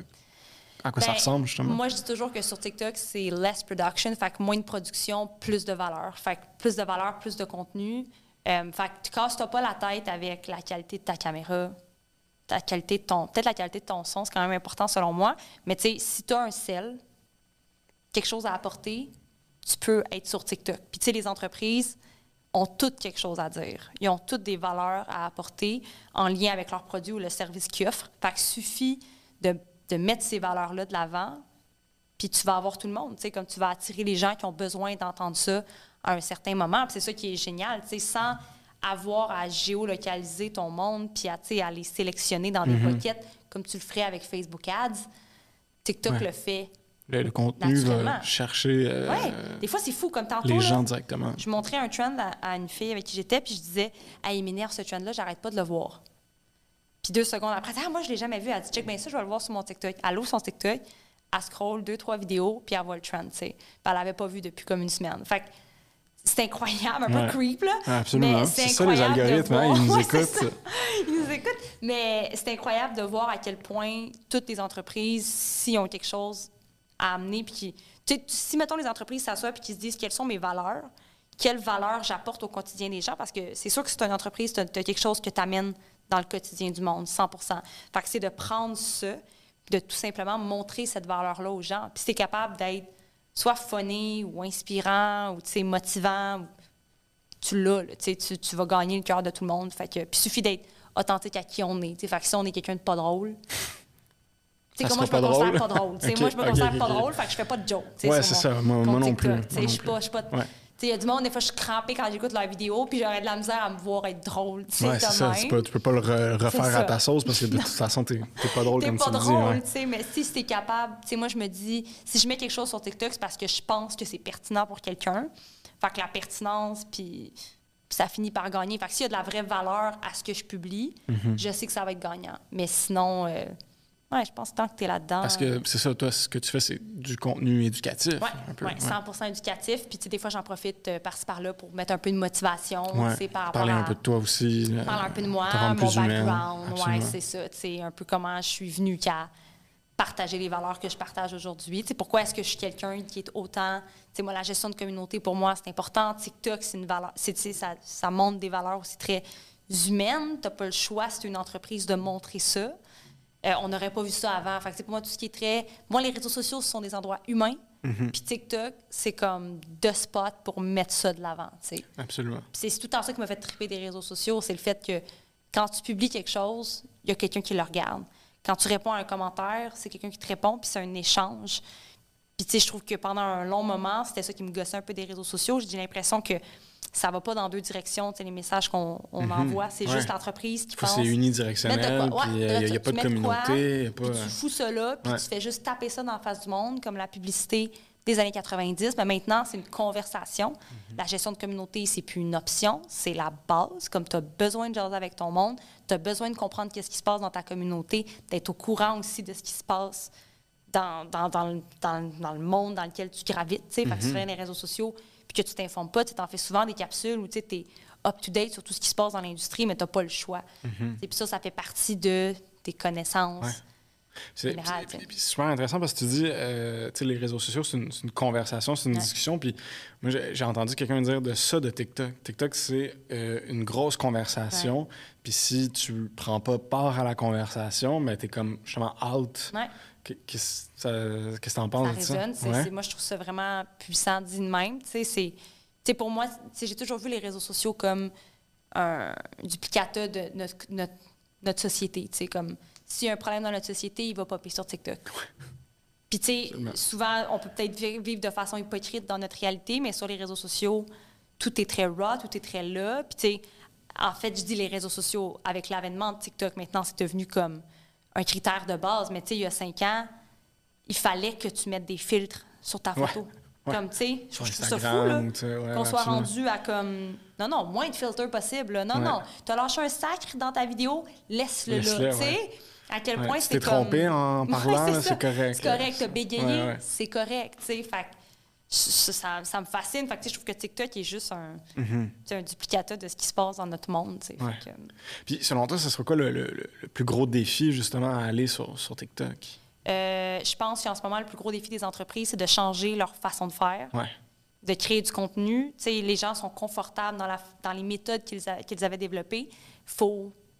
à quoi ben, ça ressemble, justement? Moi, je dis toujours que sur TikTok, c'est less production, fait que moins de production, plus de valeur. Fait que plus de valeur, plus de contenu. Euh, fait que tu casses-toi pas la tête avec la qualité de ta caméra. ta qualité de ton... Peut-être la qualité de ton son, c'est quand même important selon moi. Mais tu sais, si tu as un sel, quelque chose à apporter, tu peux être sur TikTok. Puis tu sais, les entreprises ont toutes quelque chose à dire. Ils ont toutes des valeurs à apporter en lien avec leurs produits ou le service qu'ils offrent. Fait qu'il suffit de, de mettre ces valeurs-là de l'avant, puis tu vas avoir tout le monde. Tu sais, comme tu vas attirer les gens qui ont besoin d'entendre ça à un certain moment. Puis c'est ça qui est génial. Tu sais, sans avoir à géolocaliser ton monde puis à, tu sais, à les sélectionner dans des mm-hmm. pockets comme tu le ferais avec Facebook Ads, TikTok ouais. le fait. Le, le contenu va chercher euh, ouais. Des fois, c'est fou. Comme tantôt, les gens là, directement. Je montrais un trend à, à une fille avec qui j'étais, puis je disais « Hey, il m'énerve ce trend-là, j'arrête pas de le voir. » Puis deux secondes après, « Ah, moi, je l'ai jamais vu. » Elle dit « Check bien ça, je vais le voir sur mon TikTok. » Elle ouvre son TikTok, elle scroll deux, trois vidéos, puis elle voit le trend, tu sais. Puis elle l'avait pas vu depuis comme une semaine. Fait que c'est incroyable, un peu ouais. creep, là. Absolument. Mais c'est, c'est ça, les algorithmes, hein, ils nous ouais, écoutent. Ils nous écoutent. Mais c'est incroyable de voir à quel point toutes les entreprises, s'ils ont quelque chose à amener, puis qui, tu sais, si, mettons, les entreprises s'assoient puis qu'ils se disent quelles sont mes valeurs, quelles valeurs j'apporte au quotidien des gens, parce que c'est sûr que si tu as une entreprise, tu as quelque chose que tu amènes dans le quotidien du monde, cent pour cent. Fait que c'est de prendre ça, de tout simplement montrer cette valeur-là aux gens. Puis si tu es capable d'être soit funny ou inspirant ou, tu sais, motivant, tu l'as, là, tu, tu vas gagner le cœur de tout le monde. Fait que, puis il suffit d'être authentique à qui on est. T'sais. Fait que si on est quelqu'un de pas drôle... Tu sais, moi, je me considère pas drôle. Okay, moi, je me considère okay, pas okay. drôle, fait que je fais pas de joke. Ouais, c'est ça. Moi, moi non plus. Je suis pas... Il y a du monde, des fois, je suis crampée quand j'écoute leurs vidéos, puis j'aurais de la misère à me voir être drôle. Ouais, c'est ça. C'est pas, tu peux pas le re- refaire à ta sauce parce que de toute façon, t'es, t'es pas drôle t'es comme pas tu drôle, le dis. Ouais. Tu sais, mais si t'es capable... Tu sais, moi, je me dis, si je mets quelque chose sur TikTok, c'est parce que je pense que c'est pertinent pour quelqu'un. Fait que la pertinence, puis... Puis ça finit par gagner. Fait que s'il y a de la vraie valeur à ce que je publie, mm-hmm. je sais que ça va être gagnant. Mais sinon... Euh, Oui, je pense que tant que tu es là-dedans... Parce que c'est ça, toi, ce que tu fais, c'est du contenu éducatif. Oui, ouais, cent pour cent éducatif. Puis, tu sais, des fois, j'en profite euh, par-ci, par-là pour mettre un peu de motivation. Ouais. Tu sais, par Parler à... un peu de toi aussi. Parler un peu de moi, mon background. Oui, c'est ça. Tu sais, un peu comment je suis venue qu'à partager les valeurs que je partage aujourd'hui. Tu sais, pourquoi est-ce que je suis quelqu'un qui est autant... Tu sais, moi, la gestion de communauté, pour moi, c'est important. TikTok, c'est une valeur... C'est, tu sais, ça, ça montre des valeurs aussi très humaines. Tu n'as pas le choix, si tu es une entreprise, de montrer ça. Euh, on n'aurait pas vu ça avant. Fait que, pour moi, tout ce qui est très... Moi, les réseaux sociaux, ce sont des endroits humains. Mm-hmm. Puis TikTok, c'est comme the spot pour mettre ça de l'avant. T'sais. Absolument. Puis c'est tout en ça qui m'a fait triper des réseaux sociaux. C'est le fait que quand tu publies quelque chose, il y a quelqu'un qui le regarde. Quand tu réponds à un commentaire, c'est quelqu'un qui te répond, puis c'est un échange. Puis tu sais, je trouve que pendant un long moment, c'était ça qui me gossait un peu des réseaux sociaux. J'ai l'impression que ça va pas dans deux directions, les messages qu'on on mm-hmm. envoie. C'est ouais. juste l'entreprise qui pense... C'est unidirectionnel, puis il ouais, n'y a, a pas de communauté. Puis pas... tu fous ça là, puis ouais. tu fais juste taper ça dans la face du monde, comme la publicité des années quatre-vingt-dix. Mais maintenant, c'est une conversation. Mm-hmm. La gestion de communauté, c'est plus une option, c'est la base. Comme tu as besoin de jaser avec ton monde, tu as besoin de comprendre qu'est-ce qui se passe dans ta communauté, d'être au courant aussi de ce qui se passe dans, dans, dans, le, dans, dans le monde dans lequel tu gravites. Mm-hmm. Fait que tu fais les réseaux sociaux, puis que tu t'informes pas, tu t'en fais souvent des capsules où tu es up-to-date sur tout ce qui se passe dans l'industrie, mais tu n'as pas le choix. Mm-hmm. Puis ça, ça fait partie de tes connaissances. Ouais. C'est, c'est, c'est super intéressant parce que tu dis, euh, tu sais, les réseaux sociaux, c'est une, c'est une conversation, c'est une ouais. discussion. Puis moi, j'ai, j'ai entendu quelqu'un dire de ça de TikTok. TikTok, c'est euh, une grosse conversation. Ouais. Puis si tu prends pas part à la conversation, mais tu es comme justement out. Ouais. Qu'est-ce, ça, qu'est-ce que tu en penses ça de résonne, ça? C'est, ouais. c'est, moi, je trouve ça vraiment puissant dit de même. C'est, c'est, pour moi, j'ai toujours vu les réseaux sociaux comme un duplicata de notre, notre, notre société. Comme s'il y a un problème dans notre société, il va popper sur TikTok. Puis, tu sais, souvent, on peut peut-être vivre de façon hypocrite dans notre réalité, mais sur les réseaux sociaux, tout est très raw, tout est très là. Puis, tu sais, en fait, je dis les réseaux sociaux, avec l'avènement de TikTok, maintenant, c'est devenu comme un critère de base. Mais, tu sais, il y a cinq ans, il fallait que tu mettes des filtres sur ta photo. Ouais. Ouais. Comme, tu sais, je trouve ça fou, là, ouais, qu'on soit rendu à comme... Non, non, moins de filtres possible. Là. Non, ouais. non, tu as lâché un sacre dans ta vidéo, laisse-le, laisse-le là, tu sais. Ouais. À quel point ouais, c'est comme... Tu t'es trompé en parlant, ouais, c'est, là, c'est correct. C'est correct, t'as bégayé, ouais, ouais. c'est correct, tu sais. Fait ça, ça, ça me fascine. Fait que, je trouve que TikTok est juste un, mm-hmm. un duplicata de ce qui se passe dans notre monde, tu sais. Ouais. Que... Puis, selon toi, ce sera quoi le, le, le plus gros défi, justement, à aller sur, sur TikTok? Euh, je pense qu'en ce moment, le plus gros défi des entreprises, c'est de changer leur façon de faire. Ouais. De créer du contenu. T'sais, les gens sont confortables dans, la, dans les méthodes qu'ils, a, qu'ils avaient développées. Il faut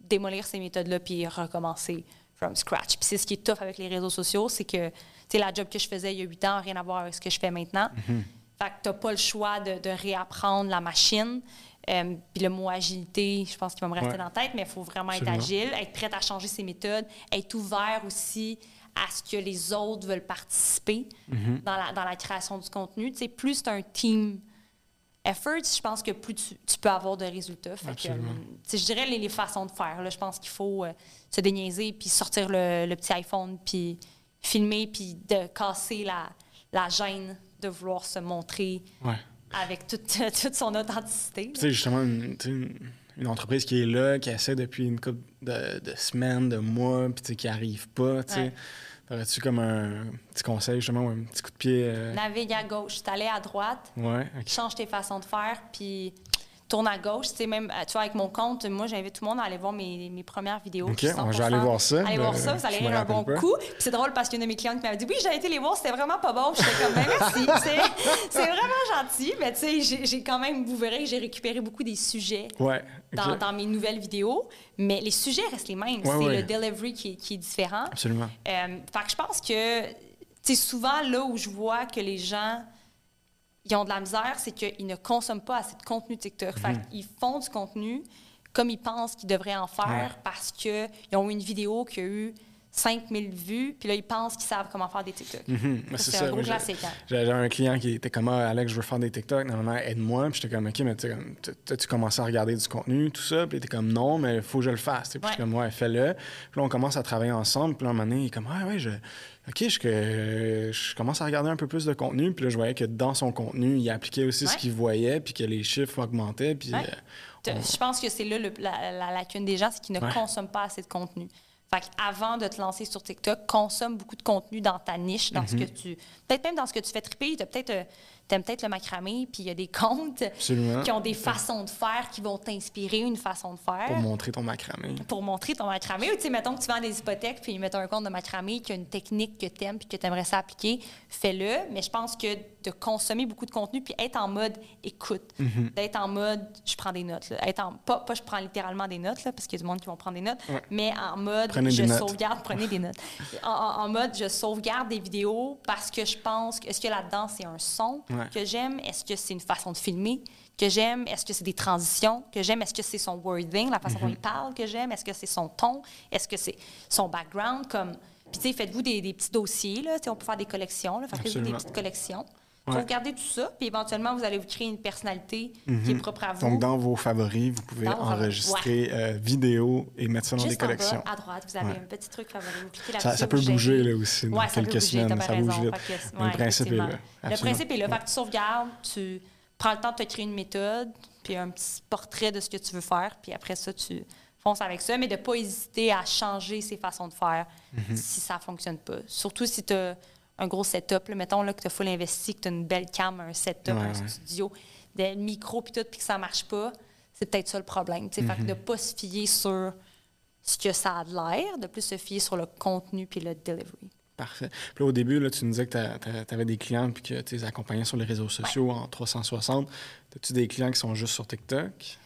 démolir ces méthodes-là puis recommencer from scratch. Puis c'est ce qui est tough avec les réseaux sociaux, c'est que, tu sais, la job que je faisais il y a huit ans n'a rien à voir avec ce que je fais maintenant. Mm-hmm. Fait que t'as pas le choix de, de réapprendre la machine. Euh, puis le mot agilité, je pense qu'il va me rester ouais. dans la tête, mais il faut vraiment Absolument. être agile, être prête à changer ses méthodes, être ouvert aussi à ce que les autres veulent participer mm-hmm. dans, la, dans la création du contenu. Tu sais, plus c'est un team effort, je pense que plus tu, tu peux avoir de résultats. Fait que, euh, je dirais les, les façons de faire. Là, je pense qu'il faut euh, se déniaiser, puis sortir le, le petit iPhone, puis filmer, puis de casser la, la gêne de vouloir se montrer ouais. avec toute, toute son authenticité. Tu sais, justement, une, une, une entreprise qui est là, qui essaie depuis une couple de, de semaines, de mois, puis qui n'arrive pas, tu sais. Ouais. T'aurais-tu comme un petit conseil, justement, ou un petit coup de pied? Euh... Navigue à gauche. T'allais à droite, ouais, okay. change tes façons de faire, puis tourne à gauche. Tu sais, même, tu vois, avec mon compte, moi, j'invite tout le monde à aller voir mes, mes premières vidéos. OK, on va aller voir ça. Allez voir ça, vous allez rire un bon pas. coup. Puis c'est drôle parce qu'il y a une de mes clientes qui m'avait dit « Oui, j'ai été les voir, c'était vraiment pas bon. » J'étais comme « Ben merci. » C'est vraiment gentil, mais tu sais, j'ai, j'ai quand même, vous verrez, j'ai récupéré beaucoup des sujets ouais, okay. dans, dans mes nouvelles vidéos, mais les sujets restent les mêmes. Ouais, c'est ouais. le delivery qui, qui est différent. Absolument. Euh, fait que je pense que, tu sais, souvent, là où je vois que les gens... ils ont de la misère, c'est qu'ils ne consomment pas assez de contenu TikTok. Mm-hmm. Fait qu'ils font du contenu comme ils pensent qu'ils devraient en faire ouais. parce qu'ils ont eu une vidéo qui a eu cinq mille vues, puis là, ils pensent qu'ils savent comment faire des TikTok. Mm-hmm. C'est, c'est ça, un gros oui, classique. Hein? J'avais un client qui était comme ah, « Alex, je veux faire des TikTok. Normalement, aide-moi. » Puis j'étais comme « OK, mais tu as-tu commencé à regarder du contenu, tout ça? » Puis il était comme « Non, mais il faut que je le fasse. » Puis ouais. je suis comme « Ouais, fais-le. » Puis là, on commence à travailler ensemble. Puis là, à un moment donné, il est comme « Ah ouais, je... OK, je, euh, je commence à regarder un peu plus de contenu. » Puis là, je voyais que dans son contenu, il appliquait aussi ouais. ce qu'il voyait, puis que les chiffres augmentaient. Puis ouais. euh, on... Je pense que c'est là le, la, la lacune des gens, c'est qu'ils ne ouais. consomment pas assez de contenu. Fait qu'avant de te lancer sur TikTok, consomme beaucoup de contenu dans ta niche, dans mm-hmm. ce que tu... Peut-être même dans ce que tu fais triper. T'as peut-être, euh, t'aimes peut-être le macramé, puis il y a des comptes Absolument. qui ont des façons de faire qui vont t'inspirer une façon de faire. Pour montrer ton macramé. Pour montrer ton macramé. Ou tu sais, mettons que tu vends des hypothèques, puis mettons un compte de macramé qui a une technique que tu aimes puis que tu aimerais ça appliquer, fais-le. Mais je pense que de consommer beaucoup de contenu puis être en mode écoute, mm-hmm. d'être en mode je prends des notes. Là. Être en, pas, pas je prends littéralement des notes, là, parce qu'il y a du monde qui vont prendre des notes, ouais. mais en mode prenez je des sauvegarde, notes. prenez des notes. En, en, en mode je sauvegarde des vidéos parce que je pense que est-ce que là-dedans c'est un son ouais. que j'aime? Est-ce que c'est une façon de filmer que j'aime? Est-ce que c'est des transitions que j'aime? Est-ce que c'est son wording, la façon mm-hmm. dont il parle que j'aime? Est-ce que c'est son ton? Est-ce que c'est son background? Comme... Puis, tu sais, faites-vous des, des petits dossiers, là. On peut faire des collections, là. Faites-vous des petites collections. Ouais. Vous regardez tout ça, puis éventuellement, vous allez vous créer une personnalité mm-hmm. qui est propre à vous. Donc, dans vos favoris, vous pouvez enregistrer ouais. euh, vidéo et mettre ça dans Juste des collections. Bas, à droite, vous avez ouais. un petit truc favori. Vous cliquez là-dessus. Ça, ça peut bouger, là, aussi, dans ouais, quelques bouger, semaines. Ça bouge vite. Que, ouais, le principe est là. Absolument. Le principe est là. Fait que tu sauvegardes, tu prends le temps de te créer une méthode, puis un petit portrait de ce que tu veux faire, puis après ça, tu fonces avec ça, mais de ne pas hésiter à changer ses façons de faire mm-hmm. si ça ne fonctionne pas. Surtout si tu as un gros setup, là, mettons là, que tu as full investi, que tu as une belle cam, un setup, ouais, un ouais. studio, des micros, puis tout, puis que ça ne marche pas, c'est peut-être ça le problème. Mm-hmm. Fait que de ne pas se fier sur ce que ça a de l'air, de plus se fier sur le contenu puis le delivery. Parfait. Puis là, au début, là, tu nous disais que tu avais des clients puis que tu les accompagnais sur les réseaux sociaux ouais. en trois cent soixante. As-tu des clients qui sont juste sur TikTok?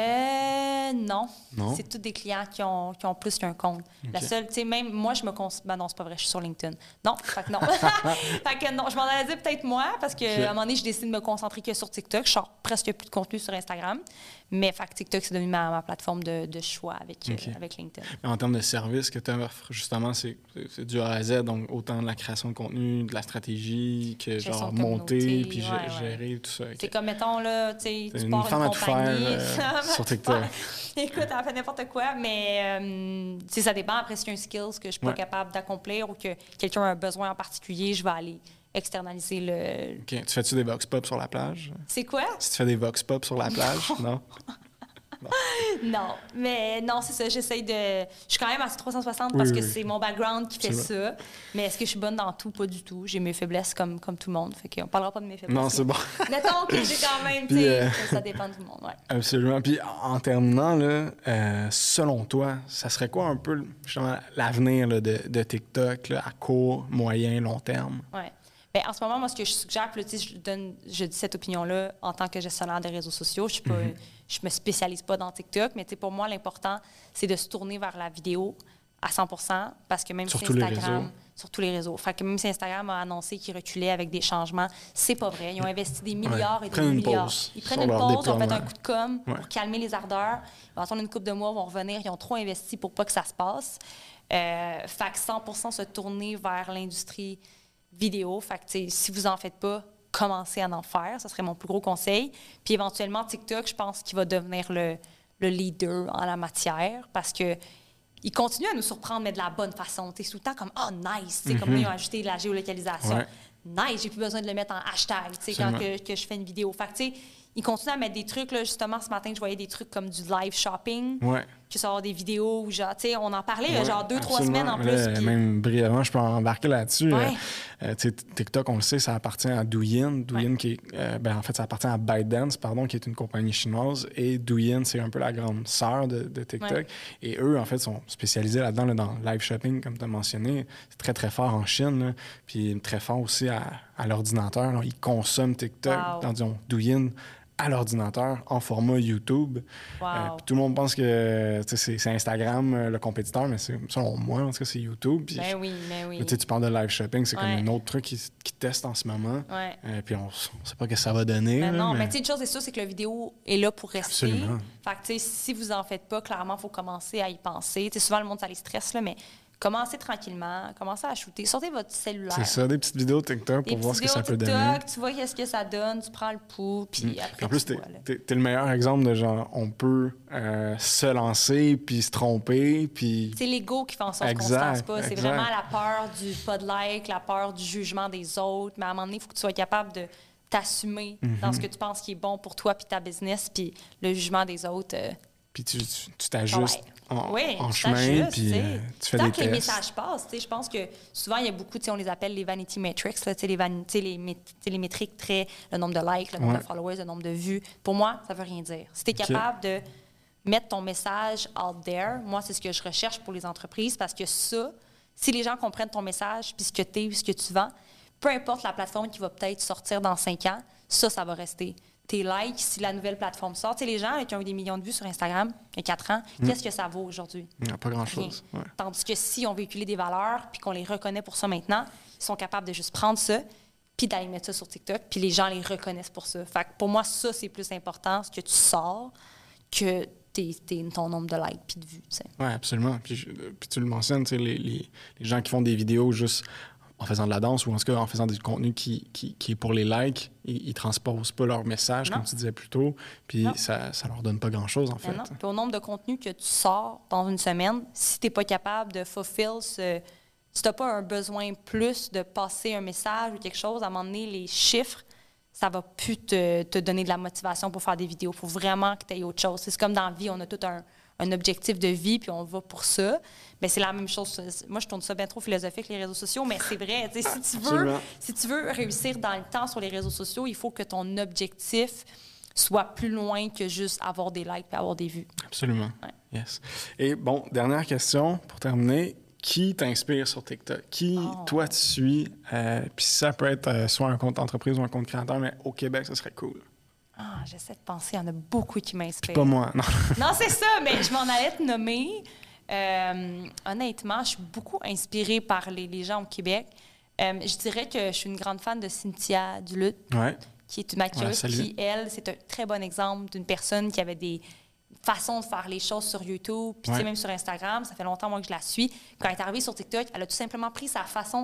Euh, non. non. C'est tous des clients qui ont, qui ont plus qu'un compte. Okay. La seule, tu sais, même moi, je me considère. Ben non, c'est pas vrai, je suis sur LinkedIn. Non, fait que non. fait que non, je m'en allais dire peut-être moi, parce qu'à okay. un moment donné, je décide de me concentrer que sur TikTok. Je sors presque plus de contenu sur Instagram. Mais fait que TikTok, c'est devenu ma, ma plateforme de, de choix avec, okay. euh, avec LinkedIn. Mais en termes de services que tu offres, justement, c'est, c'est du A à Z, donc autant de la création de contenu, de la stratégie, que gestion genre monter, puis ouais, gérer ouais. tout ça. Okay. C'est comme, mettons, là, tu sais, tu une pars femme une à compagnie. Tout faire, euh, sur TikTok. Écoute, elle fait n'importe quoi, mais euh, ça dépend. Après, s'il y a un skill que je ne suis pas ouais. capable d'accomplir ou que quelqu'un a un besoin en particulier, je vais aller externaliser le... OK. Tu fais-tu des vox pop sur la plage? C'est quoi? Si tu fais des vox pop sur la plage, non? non? Non. non, mais non, c'est ça. J'essaye de... Je suis quand même à trois cent soixante oui, parce que oui, c'est mon background qui fait c'est ça. Mais est-ce que je suis bonne dans tout? Pas du tout. J'ai mes faiblesses comme, comme tout le monde. Fait qu'on parlera pas de mes faiblesses. Non, c'est bon. Mettons que j'ai quand même... Puis, euh... ça dépend de tout le monde, ouais. Absolument. Puis en terminant, là, euh, selon toi, ça serait quoi un peu justement l'avenir là, de, de TikTok là, à court, moyen, long terme? Oui. Bien, en ce moment, moi, ce que je suggère, puis là, tu sais, je, donne, je dis cette opinion-là en tant que gestionnaire des réseaux sociaux. Je ne mm-hmm. me spécialise pas dans TikTok, mais tu sais, pour moi, l'important, c'est de se tourner vers la vidéo à cent pour cent parce que même sur si tous Instagram... les réseaux. Sur tous les réseaux. Fait que même si Instagram a annoncé qu'ils reculaient avec des changements, c'est pas vrai. Ils ont investi des milliards ouais. et des milliards. Pause Ils prennent une pause, ils ont fait un coup de com' ouais. pour calmer les ardeurs. Ils vont attendre une couple de mois, ils vont revenir. Ils ont trop investi pour pas que ça se passe. Euh, fait que cent pour cent se tourner vers l'industrie vidéo. Fait que, si vous en faites pas, commencez à en faire. Ça serait mon plus gros conseil. Puis éventuellement, TikTok, je pense qu'il va devenir le, le leader en la matière parce que il continue à nous surprendre, mais de la bonne façon. C'est tout le temps comme « Oh, nice! » mm-hmm. Comme là, ils ont ajouté de la géolocalisation. Ouais. Nice! J'ai plus besoin de le mettre en hashtag quand que, que je fais une vidéo. Fait que, tu sais, ils continuent à mettre des trucs. Là, justement, ce matin, je voyais des trucs comme du live shopping. Ouais. Que ça va des vidéos. Genre, tu sais, on en parlait, ouais, genre deux, absolument. trois semaines en plus. Là, Puis... Même brièvement, je peux embarquer là-dessus. Ouais. Euh, tu sais, TikTok, on le sait, ça appartient à Douyin. Douyin, ouais. qui est, euh, ben, en fait, ça appartient à ByteDance, pardon, qui est une compagnie chinoise. Et Douyin, c'est un peu la grande sœur de, de TikTok. Ouais. Et eux, en fait, sont spécialisés là-dedans, là, dans le live shopping, comme tu as mentionné. C'est très, très fort en Chine. Là. Puis très fort aussi à, à l'ordinateur. Là. Ils consomment TikTok wow. dans, disons, Douyin à l'ordinateur en format YouTube. Wow. Euh, tout le monde pense que c'est, c'est Instagram euh, le compétiteur, mais c'est, selon moi, en tout cas, c'est YouTube. Puis, ben oui, ben oui. Tu parles de live shopping, c'est ouais. comme un autre truc qui, qui teste en ce moment. Ouais. Euh, puis on ne sait pas ce que ça va donner. Ben là, non, mais, mais tu sais, une chose est sûre, c'est que la vidéo est là pour rester. Absolument. Fait que, tu sais, si vous en faites pas, clairement, il faut commencer à y penser. Tu sais, souvent, le monde, ça les stresse, là, mais commencez tranquillement, commencez à shooter. Sortez votre cellulaire. C'est ça, des petites vidéos TikTok pour des voir ce que ça TikTok, peut donner. Tu vois qu'est-ce que ça donne, tu prends le pouls, puis mmh. après En plus, tu t'es, vois, t'es, t'es le meilleur exemple de genre, on peut euh, se lancer, puis se tromper, puis... C'est l'ego qui fait en sorte exact, qu'on se lance pas. C'est exact. vraiment la peur du pas de like, la peur du jugement des autres. Mais à un moment donné, il faut que tu sois capable de t'assumer mm-hmm. dans ce que tu penses qui est bon pour toi puis ta business, puis le jugement des autres... Euh, puis tu, tu, tu t'ajustes ouais. en, oui, en chemin, puis euh, tu fais tant des que tests. les messages passent, je pense que souvent, il y a beaucoup, on les appelle les vanity metrics, là, les, van, les, les métriques très, le nombre de likes, le nombre ouais. de followers, le nombre de vues. Pour moi, ça veut rien dire. Si tu es capable okay. de mettre ton message out there, moi, c'est ce que je recherche pour les entreprises parce que ça, si les gens comprennent ton message, puis ce que tu es, ce que tu vends, peu importe la plateforme qui va peut-être sortir dans cinq ans, ça, ça va rester. Tes likes, si la nouvelle plateforme sort. Tu sais, les gens qui ont eu des millions de vues sur Instagram il y a quatre ans, mmh. qu'est-ce que ça vaut aujourd'hui? Non, pas grand-chose. Ouais. Tandis que si on véhiculait des valeurs puis qu'on les reconnaît pour ça maintenant, ils sont capables de juste prendre ça puis d'aller mettre ça sur TikTok, puis les gens les reconnaissent pour ça. Fait que pour moi, ça, c'est plus important, ce que tu sors, que t'es, t'es ton nombre de likes puis de vues. Oui, absolument. Puis, je, puis tu le mentionnes, les, les, les gens qui font des vidéos juste en faisant de la danse ou en tout cas en faisant du contenu qui, qui, qui est pour les likes, ils ne transposent pas leur message, non. comme tu disais plus tôt, puis ça ne leur donne pas grand-chose, en fait. Non. Puis au nombre de contenus que tu sors dans une semaine, si tu n'es pas capable de fulfill ce... Si tu n'as pas un besoin plus de passer un message ou quelque chose, à un moment donné, les chiffres, ça ne va plus te, te donner de la motivation pour faire des vidéos. Il faut vraiment que tu aies autre chose. C'est comme dans la vie, on a tout un... un objectif de vie, puis on va pour ça. Mais c'est la même chose. Moi, je tourne ça bien trop philosophique, les réseaux sociaux, mais c'est vrai. Si tu veux, si tu veux réussir dans le temps sur les réseaux sociaux, il faut que ton objectif soit plus loin que juste avoir des likes et avoir des vues. Absolument. Ouais. Yes. Et bon, dernière question pour terminer. Qui t'inspire sur TikTok? Qui, oh. toi, tu suis? Euh, puis ça peut être euh, soit un compte entreprise ou un compte créateur, mais au Québec, ça serait cool. Ah, j'essaie de penser, il y en a beaucoup qui m'inspirent. Pas moi, non. Non, c'est ça, mais je m'en allais te nommer. Euh, honnêtement, je suis beaucoup inspirée par les, les gens au Québec. Euh, je dirais que je suis une grande fan de Cynthia Duluth, ouais. qui est une maquilleuse, ouais, qui, elle, c'est un très bon exemple d'une personne qui avait des façons de faire les choses sur YouTube, puis ouais. même sur Instagram. Ça fait longtemps, moi, que je la suis. Quand elle est arrivée sur TikTok, elle a tout simplement pris sa façon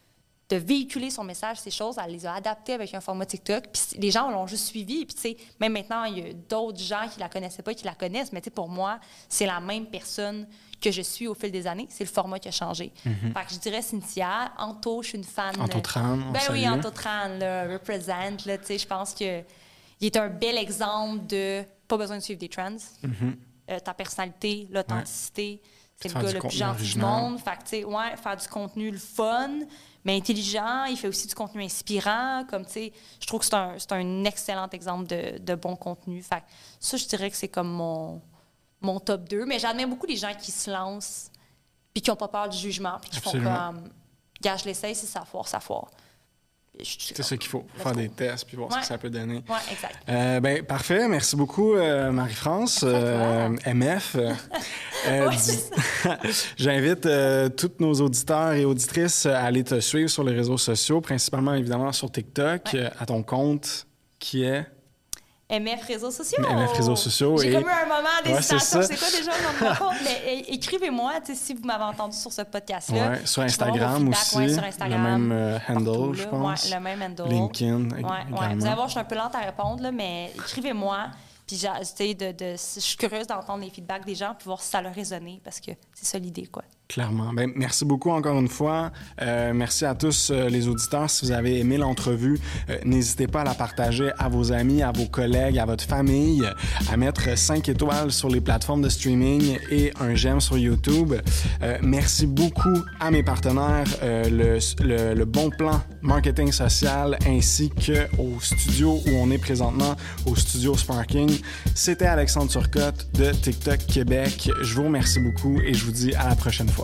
de véhiculer son message, ces choses, elle les a adaptées avec un format TikTok. Puis les gens l'ont juste suivi. Puis tu sais, même maintenant, il y a d'autres gens qui la connaissaient pas, qui la connaissent. Mais tu sais, pour moi, c'est la même personne que je suis au fil des années. C'est le format qui a changé. Mm-hmm. Fait que je dirais Cynthia. Anto, je suis une fan. Anto Tran, Ben oui, Anto Tran, là, represent. Là, tu sais, je pense que il est un bel exemple de pas besoin de suivre des trends. Mm-hmm. Euh, ta personnalité, l'authenticité. Ouais. C'est le gars le plus gentil du monde. Fait que, tu sais, ouais, faire du contenu le fun, mais intelligent. Il fait aussi du contenu inspirant. Comme, tu sais, je trouve que c'est un, c'est un excellent exemple de, de bon contenu. Fait que ça, je dirais que c'est comme mon, mon top deux. Mais j'admire beaucoup les gens qui se lancent puis qui n'ont pas peur du jugement puis qui Absolument. Font comme, gars, je l'essaye, si ça foire, ça foire. C'est ça qu'il faut, faire des tests puis voir ouais. ce que ça peut donner. Oui, exact. Euh, ben, parfait. Merci beaucoup, euh, Marie-France. Euh, M F. Euh, ouais, du... J'invite euh, tous nos auditeurs et auditrices à aller te suivre sur les réseaux sociaux, principalement, évidemment, sur TikTok, ouais. euh, à ton compte qui est... M F Réseaux sociaux. M F Réseaux sociaux. J'ai et... comme eu un moment d'hésitation. Ouais, c'est, c'est quoi déjà le nom de mon compte? Mais écrivez-moi si vous m'avez entendu sur ce podcast-là. Ouais, sur Instagram aussi. Ouais, sur Instagram. Le même euh, handle, partout, je pense. Ouais, le même handle. LinkedIn ouais, également. Ouais. Vous allez voir, je suis un peu lente à répondre, là, mais écrivez-moi. Puis, de, de, je suis curieuse d'entendre les feedbacks des gens puis voir si ça leur résonne, parce que c'est ça l'idée, quoi. Clairement. Bien, merci beaucoup encore une fois. Euh, merci à tous euh, les auditeurs. Si vous avez aimé l'entrevue, euh, n'hésitez pas à la partager à vos amis, à vos collègues, à votre famille, à mettre cinq étoiles sur les plateformes de streaming et un j'aime sur YouTube. Euh, merci beaucoup à mes partenaires, euh, le, le, le Bon Plan Marketing Social ainsi qu'au studio où on est présentement, au studio Sparking. C'était Alexandre Turcotte de TikTok Québec. Je vous remercie beaucoup et je vous dis à la prochaine fois.